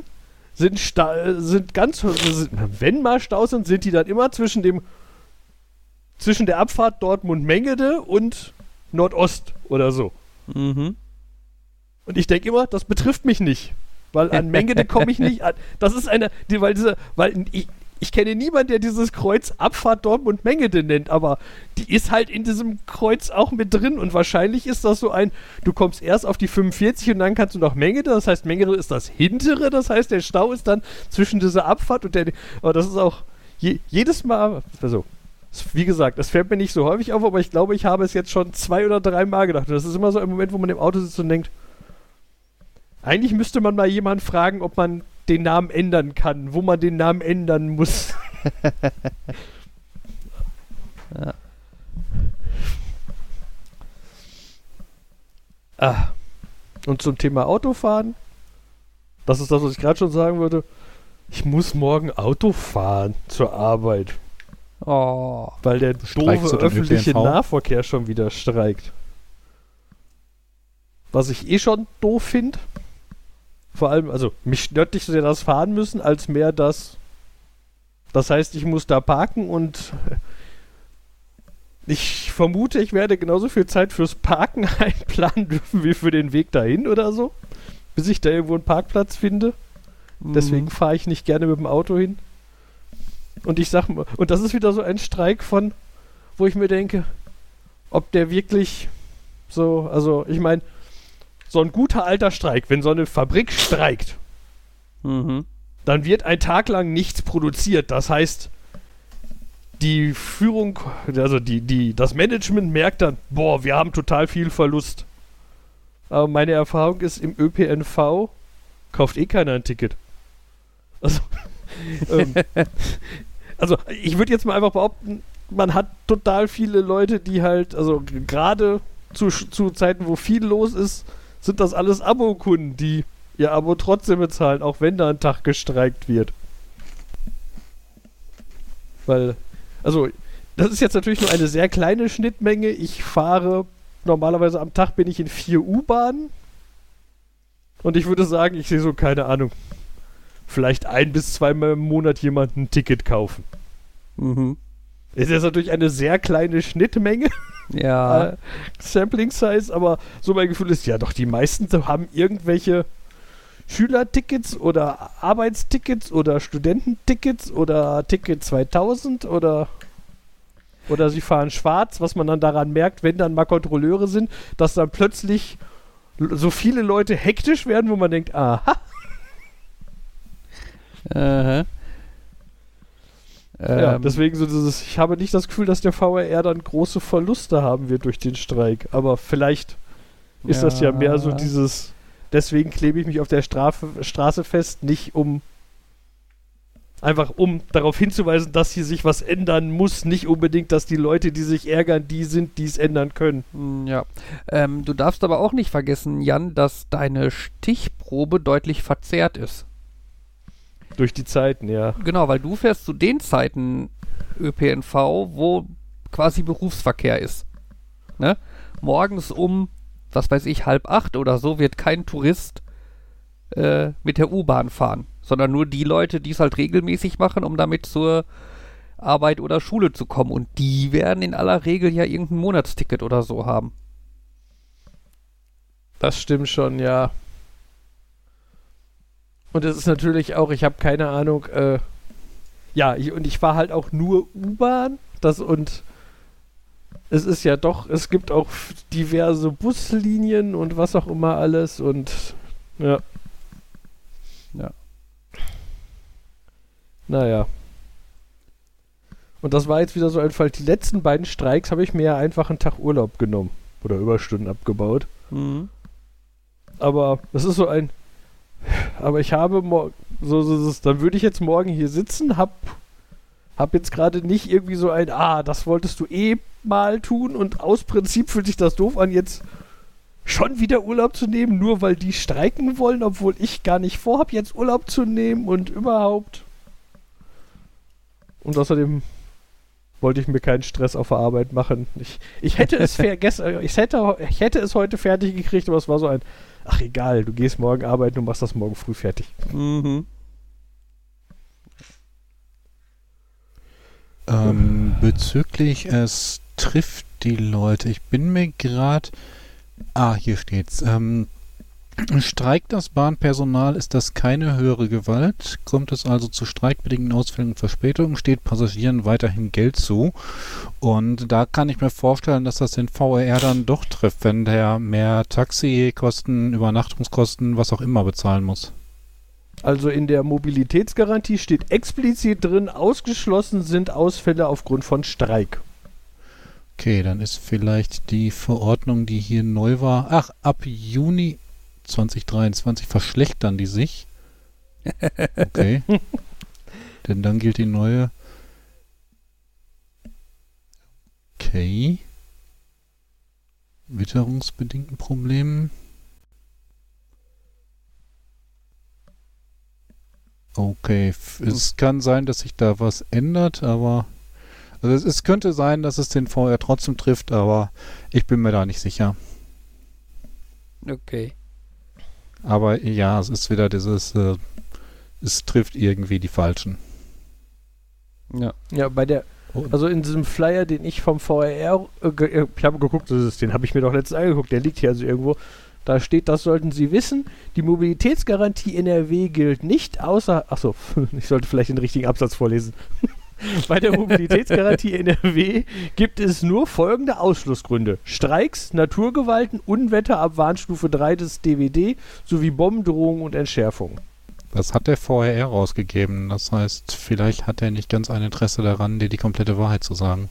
wenn mal Staus sind die dann immer zwischen der Abfahrt Dortmund-Mengede und Nordost oder so. Mhm. Und ich denke immer, das betrifft mich nicht. Weil an Mengede komme ich nicht an. Das ist ich kenne niemanden, der dieses Kreuz Abfahrt Dortmund-Mengede nennt, aber die ist halt in diesem Kreuz auch mit drin und wahrscheinlich ist das so du kommst erst auf die 45 und dann kannst du noch Mengede, das heißt Mengede ist das hintere, das heißt der Stau ist dann zwischen dieser Abfahrt und aber das ist auch jedes Mal, also Wie gesagt, es fällt mir nicht so häufig auf, aber ich glaube, ich habe es jetzt schon 2 oder 3 Mal gedacht. Und das ist immer so ein Moment, wo man im Auto sitzt und denkt, eigentlich müsste man mal jemanden fragen, ob man den Namen ändern kann, wo man den Namen ändern muss. Ja. Und zum Thema Autofahren, das ist das, was ich gerade schon sagen würde. Ich muss morgen Auto fahren zur Arbeit, Oh. weil der Streikst du doofe den öffentliche ÖPNV? Nahverkehr schon wieder streikt. Was ich eh schon doof finde. Vor allem, also mich stört nicht so sehr das Fahren müssen, als mehr das. Das heißt, ich muss da parken und ich vermute, ich werde genauso viel Zeit fürs Parken einplanen dürfen wie für den Weg dahin oder so, bis ich da irgendwo einen Parkplatz finde. Deswegen fahre ich nicht gerne mit dem Auto hin. Und ich sag mal, und das ist wieder so ein Streik von, wo ich mir denke, ob der wirklich so, also ich meine, so ein guter alter Streik, wenn so eine Fabrik streikt, Mhm. dann wird ein Tag lang nichts produziert. Das heißt, die Führung, also das Management merkt dann, boah, wir haben total viel Verlust. Aber meine Erfahrung ist, im ÖPNV kauft eh keiner ein Ticket. Also, also ich würde jetzt mal einfach behaupten, man hat total viele Leute, die halt, also gerade zu Zeiten, wo viel los ist, sind das alles Abokunden, die ihr Abo trotzdem bezahlen, auch wenn da ein Tag gestreikt wird. Weil, also, das ist jetzt natürlich nur eine sehr kleine Schnittmenge. Ich fahre, normalerweise am Tag bin ich in 4 U-Bahnen. Und ich würde sagen, ich sehe so, keine Ahnung, vielleicht 1 bis 2 Mal im Monat jemanden ein Ticket kaufen. Mhm. Es ist natürlich eine sehr kleine Schnittmenge, Ja. Sampling Size, aber so mein Gefühl ist, ja doch, die meisten haben irgendwelche Schülertickets oder Arbeitstickets oder Studententickets oder Ticket 2000 oder sie fahren schwarz, was man dann daran merkt, wenn dann mal Kontrolleure sind, dass dann plötzlich so viele Leute hektisch werden, wo man denkt, aha. Aha. Ja, deswegen so dieses, ich habe nicht das Gefühl, dass der VRR dann große Verluste haben wird durch den Streik, aber vielleicht ist das ja mehr so dieses, deswegen klebe ich mich auf der Straße fest, nicht einfach um darauf hinzuweisen, dass hier sich was ändern muss, nicht unbedingt, dass die Leute, die sich ärgern, die sind, die es ändern können. Ja. Du darfst aber auch nicht vergessen, Jan, dass deine Stichprobe deutlich verzerrt ist. Durch die Zeiten, ja. Genau, weil du fährst zu den Zeiten ÖPNV, wo quasi Berufsverkehr ist. Ne? Morgens um, was weiß ich, 7:30 oder so, wird kein Tourist mit der U-Bahn fahren, sondern nur die Leute, die es halt regelmäßig machen, um damit zur Arbeit oder Schule zu kommen. Und die werden in aller Regel ja irgendein Monatsticket oder so haben. Das stimmt schon, ja. Und es ist natürlich auch, ich habe keine Ahnung, ich fahre halt auch nur U-Bahn, und es ist ja doch, es gibt auch diverse Buslinien und was auch immer alles und ja. Ja. Naja. Und das war jetzt wieder so ein Fall. Die letzten beiden Streiks habe ich mir ja einfach einen Tag Urlaub genommen. Oder Überstunden abgebaut. Mhm. Aber das ist so ein. Aber ich habe dann würde ich jetzt morgen hier sitzen, hab jetzt gerade nicht irgendwie so ein, das wolltest du eh mal tun und aus Prinzip fühlt sich das doof an, jetzt schon wieder Urlaub zu nehmen, nur weil die streiken wollen, obwohl ich gar nicht vorhab, jetzt Urlaub zu nehmen und überhaupt. Und außerdem wollte ich mir keinen Stress auf der Arbeit machen. Ich hätte es ich hätte es heute fertig gekriegt, aber es war so ein, ach egal, du gehst morgen arbeiten und machst das morgen früh fertig. Mhm. Bezüglich es trifft die Leute. Ich bin mir gerade... hier steht's. Streikt das Bahnpersonal, ist das keine höhere Gewalt. Kommt es also zu streikbedingten Ausfällen und Verspätungen, steht Passagieren weiterhin Geld zu. Und da kann ich mir vorstellen, dass das den VRR dann doch trifft, wenn der mehr Taxikosten, Übernachtungskosten, was auch immer bezahlen muss. Also in der Mobilitätsgarantie steht explizit drin, ausgeschlossen sind Ausfälle aufgrund von Streik. Okay, dann ist vielleicht die Verordnung, die hier neu war. Ach, ab Juni 2023 verschlechtern die sich. Okay. Denn dann gilt die neue. Okay. Witterungsbedingten Problemen. Okay, es kann sein, dass sich da was ändert, aber also es könnte sein, dass es den VR trotzdem trifft, aber ich bin mir da nicht sicher. Okay. Aber ja, es ist wieder dieses, es trifft irgendwie die Falschen. Ja. Ja, also in diesem Flyer, den ich vom VRR, ich habe geguckt, den habe ich mir doch letztens angeguckt, der liegt hier also irgendwo. Da steht, das sollten Sie wissen, die Mobilitätsgarantie NRW gilt nicht außer, achso, ich sollte vielleicht den richtigen Absatz vorlesen. Bei der Mobilitätsgarantie NRW gibt es nur folgende Ausschlussgründe: Streiks, Naturgewalten, Unwetter ab Warnstufe 3 des DWD sowie Bombendrohungen und Entschärfungen. Das hat der VRR rausgegeben. Das heißt, vielleicht hat er nicht ganz ein Interesse daran, dir die komplette Wahrheit zu sagen.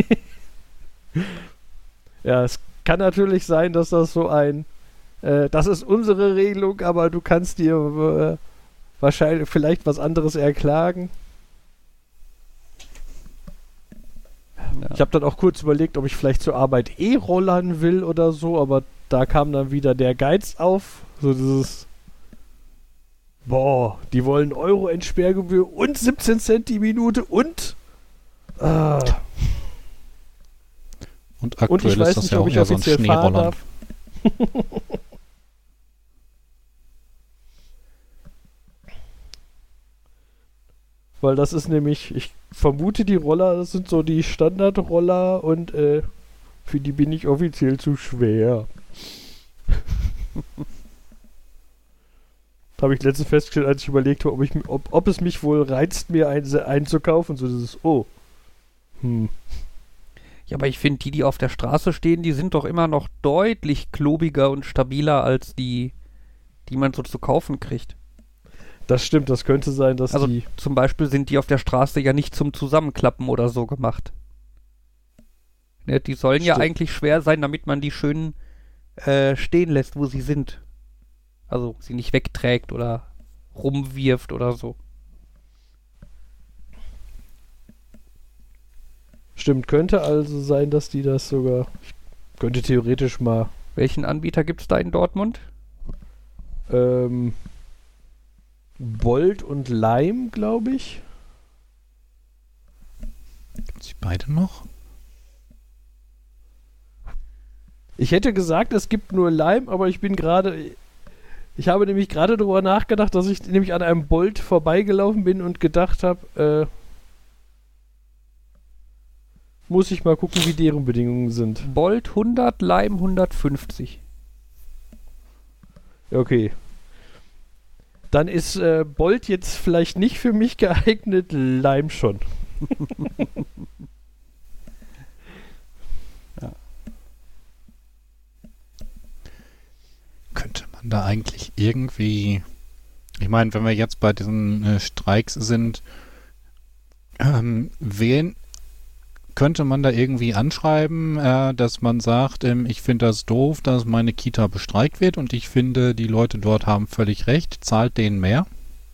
Ja, es kann natürlich sein, dass das so das ist unsere Regelung, aber du kannst dir wahrscheinlich vielleicht was anderes erklagen. Ja. Ich habe dann auch kurz überlegt, ob ich vielleicht zur Arbeit rollern will oder so, aber da kam dann wieder der Geiz auf. So dieses, die wollen Euro-Entsperrgebühr und 17 Cent die Minute und Und aktuell und ich weiß ist das nicht, ja ob auch ich eher so ein offiziell fahren Schneeroller. darf. Weil das ist nämlich, ich vermute, die Roller, das sind so die Standardroller und für die bin ich offiziell zu schwer. Habe ich letztens festgestellt, als ich überlegt habe, ob es mich wohl reizt, mir einen zu kaufen. So dieses, Ja, aber ich finde, die auf der Straße stehen, die sind doch immer noch deutlich klobiger und stabiler als die man so zu kaufen kriegt. Das stimmt, das könnte sein, dass Also die... zum Beispiel sind die auf der Straße ja nicht zum Zusammenklappen oder so gemacht. Ne, die sollen ja Stimmt. eigentlich schwer sein, damit man die schön stehen lässt, wo sie sind. Also sie nicht wegträgt oder rumwirft oder so. Stimmt, könnte also sein, dass die das sogar... Ich könnte theoretisch mal... Welchen Anbieter gibt es da in Dortmund? Bolt und Lime, glaube ich. Gibt es beide noch? Ich hätte gesagt, es gibt nur Lime, aber ich habe nämlich gerade darüber nachgedacht, dass ich nämlich an einem Bolt vorbeigelaufen bin und gedacht habe, muss ich mal gucken, wie deren Bedingungen sind. Bolt 100, Lime 150. Okay. Dann ist Bolt jetzt vielleicht nicht für mich geeignet, Lime schon. Ja. Könnte man da eigentlich irgendwie... Ich meine, wenn wir jetzt bei diesen Streiks sind, wen könnte man da irgendwie anschreiben, dass man sagt, ich finde das doof, dass meine Kita bestreikt wird und ich finde, die Leute dort haben völlig recht, zahlt denen mehr?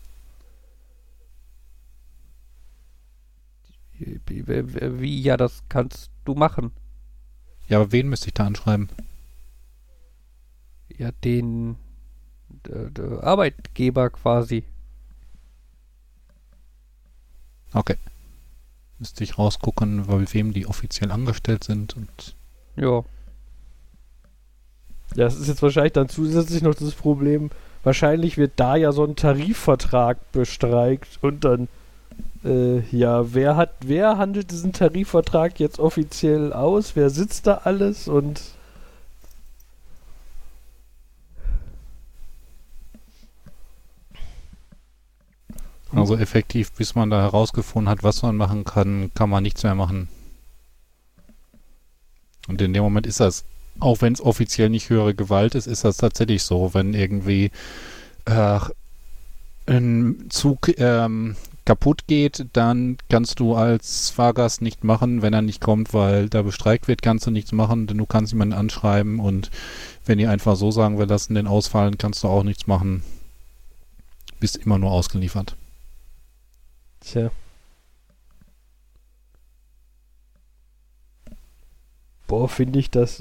Wie? Ja, das kannst du machen. Ja, aber wen müsste ich da anschreiben? Ja, den Arbeitgeber quasi. Okay. Müsste ich rausgucken, bei wem die offiziell angestellt sind und... Ja. Ja, es ist jetzt wahrscheinlich dann zusätzlich noch das Problem, wahrscheinlich wird da ja so ein Tarifvertrag bestreikt und dann, wer handelt diesen Tarifvertrag jetzt offiziell aus? Wer sitzt da alles und... Also effektiv, bis man da herausgefunden hat, was man machen kann, kann man nichts mehr machen. Und in dem Moment ist das, auch wenn es offiziell nicht höhere Gewalt ist, ist das tatsächlich so, wenn irgendwie ein Zug kaputt geht, dann kannst du als Fahrgast nicht machen, wenn er nicht kommt, weil da bestreikt wird, kannst du nichts machen, denn du kannst jemanden anschreiben und wenn die einfach so sagen, wir lassen den ausfallen, kannst du auch nichts machen. Bist immer nur ausgeliefert. Tja. Boah, finde ich das.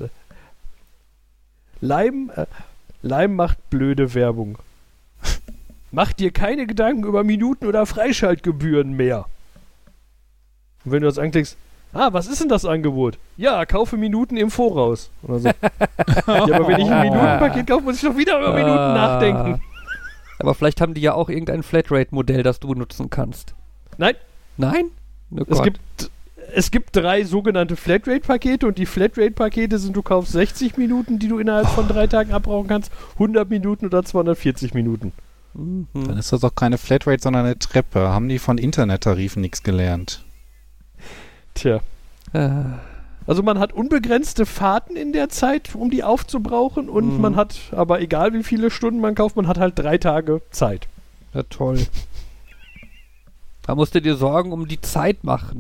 Leim macht blöde Werbung. Mach dir keine Gedanken über Minuten- oder Freischaltgebühren mehr. Und wenn du das anklickst, was ist denn das Angebot? Ja, kaufe Minuten im Voraus. Oder so. Ja, aber wenn ich ein Minutenpaket kaufe, muss ich doch wieder über Minuten nachdenken. Aber vielleicht haben die ja auch irgendein Flatrate-Modell, das du nutzen kannst. Nein. Nein? Oh Es gibt 3 sogenannte Flatrate-Pakete und die Flatrate-Pakete sind, du kaufst 60 Minuten, die du innerhalb von 3 Tagen abbrauchen kannst, 100 Minuten oder 240 Minuten. Dann ist das doch keine Flatrate, sondern eine Treppe. Haben die von Internettarifen nichts gelernt? Tja. Also man hat unbegrenzte Fahrten in der Zeit, um die aufzubrauchen und man hat, aber egal wie viele Stunden man kauft, man hat halt 3 Tage Zeit. Ja, toll. Da musst du dir Sorgen um die Zeit machen.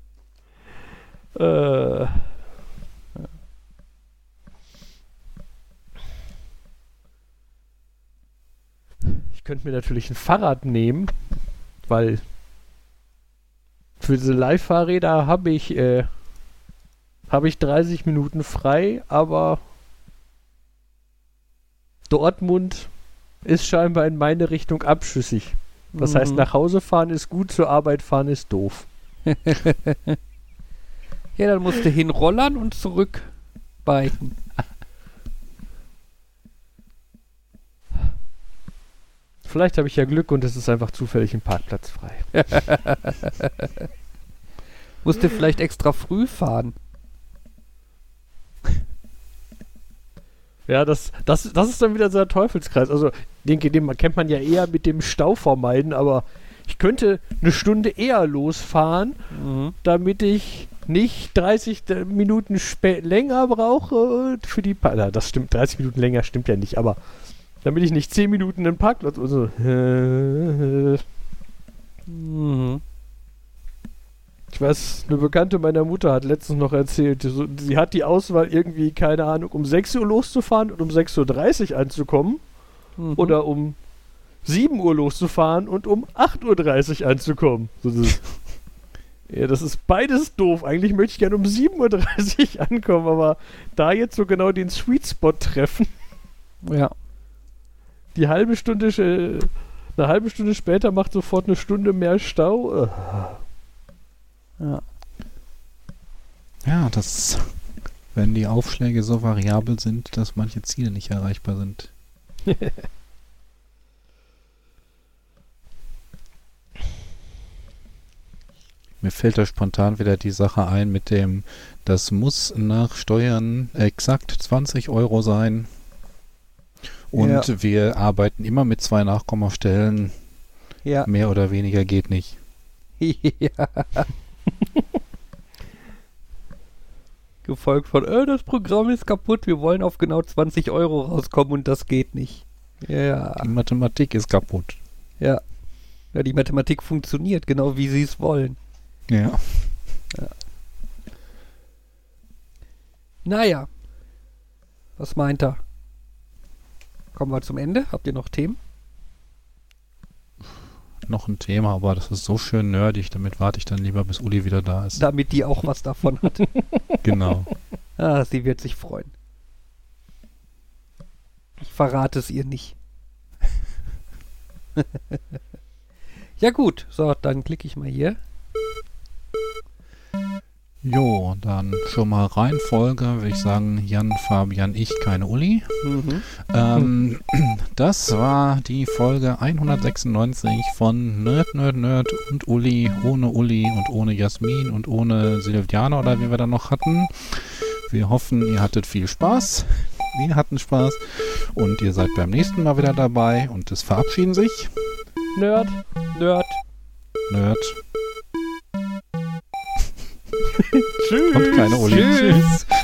Ich könnte mir natürlich ein Fahrrad nehmen, weil für diese Leihfahrräder habe ich 30 Minuten frei, aber Dortmund ist scheinbar in meine Richtung abschüssig. Das heißt, nach Hause fahren ist gut, zur Arbeit fahren ist doof. Ja, dann musst du hinrollern und zurück biken. Vielleicht habe ich ja Glück und es ist einfach zufällig ein Parkplatz frei. Musst du vielleicht extra früh fahren. Ja, das ist dann wieder so ein Teufelskreis. Also, den kennt man ja eher mit dem Stau vermeiden, aber ich könnte eine Stunde eher losfahren, damit ich nicht 30 Minuten länger brauche für die das stimmt, 30 Minuten länger stimmt ja nicht, aber damit ich nicht 10 Minuten einen Parkplatz oder so. Ich weiß, eine Bekannte meiner Mutter hat letztens noch erzählt, sie hat die Auswahl irgendwie, keine Ahnung, um 6 Uhr loszufahren und um 6:30 Uhr anzukommen oder um 7 Uhr loszufahren und um 8:30 Uhr anzukommen. Ja, das ist beides doof. Eigentlich möchte ich gerne um 7:30 Uhr ankommen, aber da jetzt so genau den Sweet Spot treffen. Ja. Eine halbe Stunde später macht sofort eine Stunde mehr Stau. Ja. Ja, wenn die Aufschläge so variabel sind, dass manche Ziele nicht erreichbar sind. Mir fällt da spontan wieder die Sache ein mit dem, das muss nach Steuern exakt 20 € sein. Und wir arbeiten immer mit 2 Nachkommastellen. Ja. Mehr oder weniger geht nicht. Ja. Gefolgt von, das Programm ist kaputt, wir wollen auf genau 20 € rauskommen und das geht nicht. Ja. Die Mathematik ist kaputt. Ja. Ja, die Mathematik funktioniert, genau wie sie es wollen. Ja. Naja. Was meint er? Kommen wir zum Ende. Habt ihr noch Themen? Noch ein Thema, aber das ist so schön nerdig, damit warte ich dann lieber, bis Uli wieder da ist. Damit die auch was davon hat. Genau. Sie wird sich freuen. Ich verrate es ihr nicht. Ja gut, so, dann klicke ich mal hier. Jo, dann schon mal Reihenfolge, würde ich sagen, Jan, Fabian, ich, keine Uli. Das war die Folge 196 von Nerd und Uli und ohne Jasmin und ohne Silviana oder wie wir da noch hatten. Wir hoffen, ihr hattet viel Spaß. Wir hatten Spaß und ihr seid beim nächsten Mal wieder dabei und es verabschieden sich Nerd. Tschüss. Und kleine Uli. Tschüss.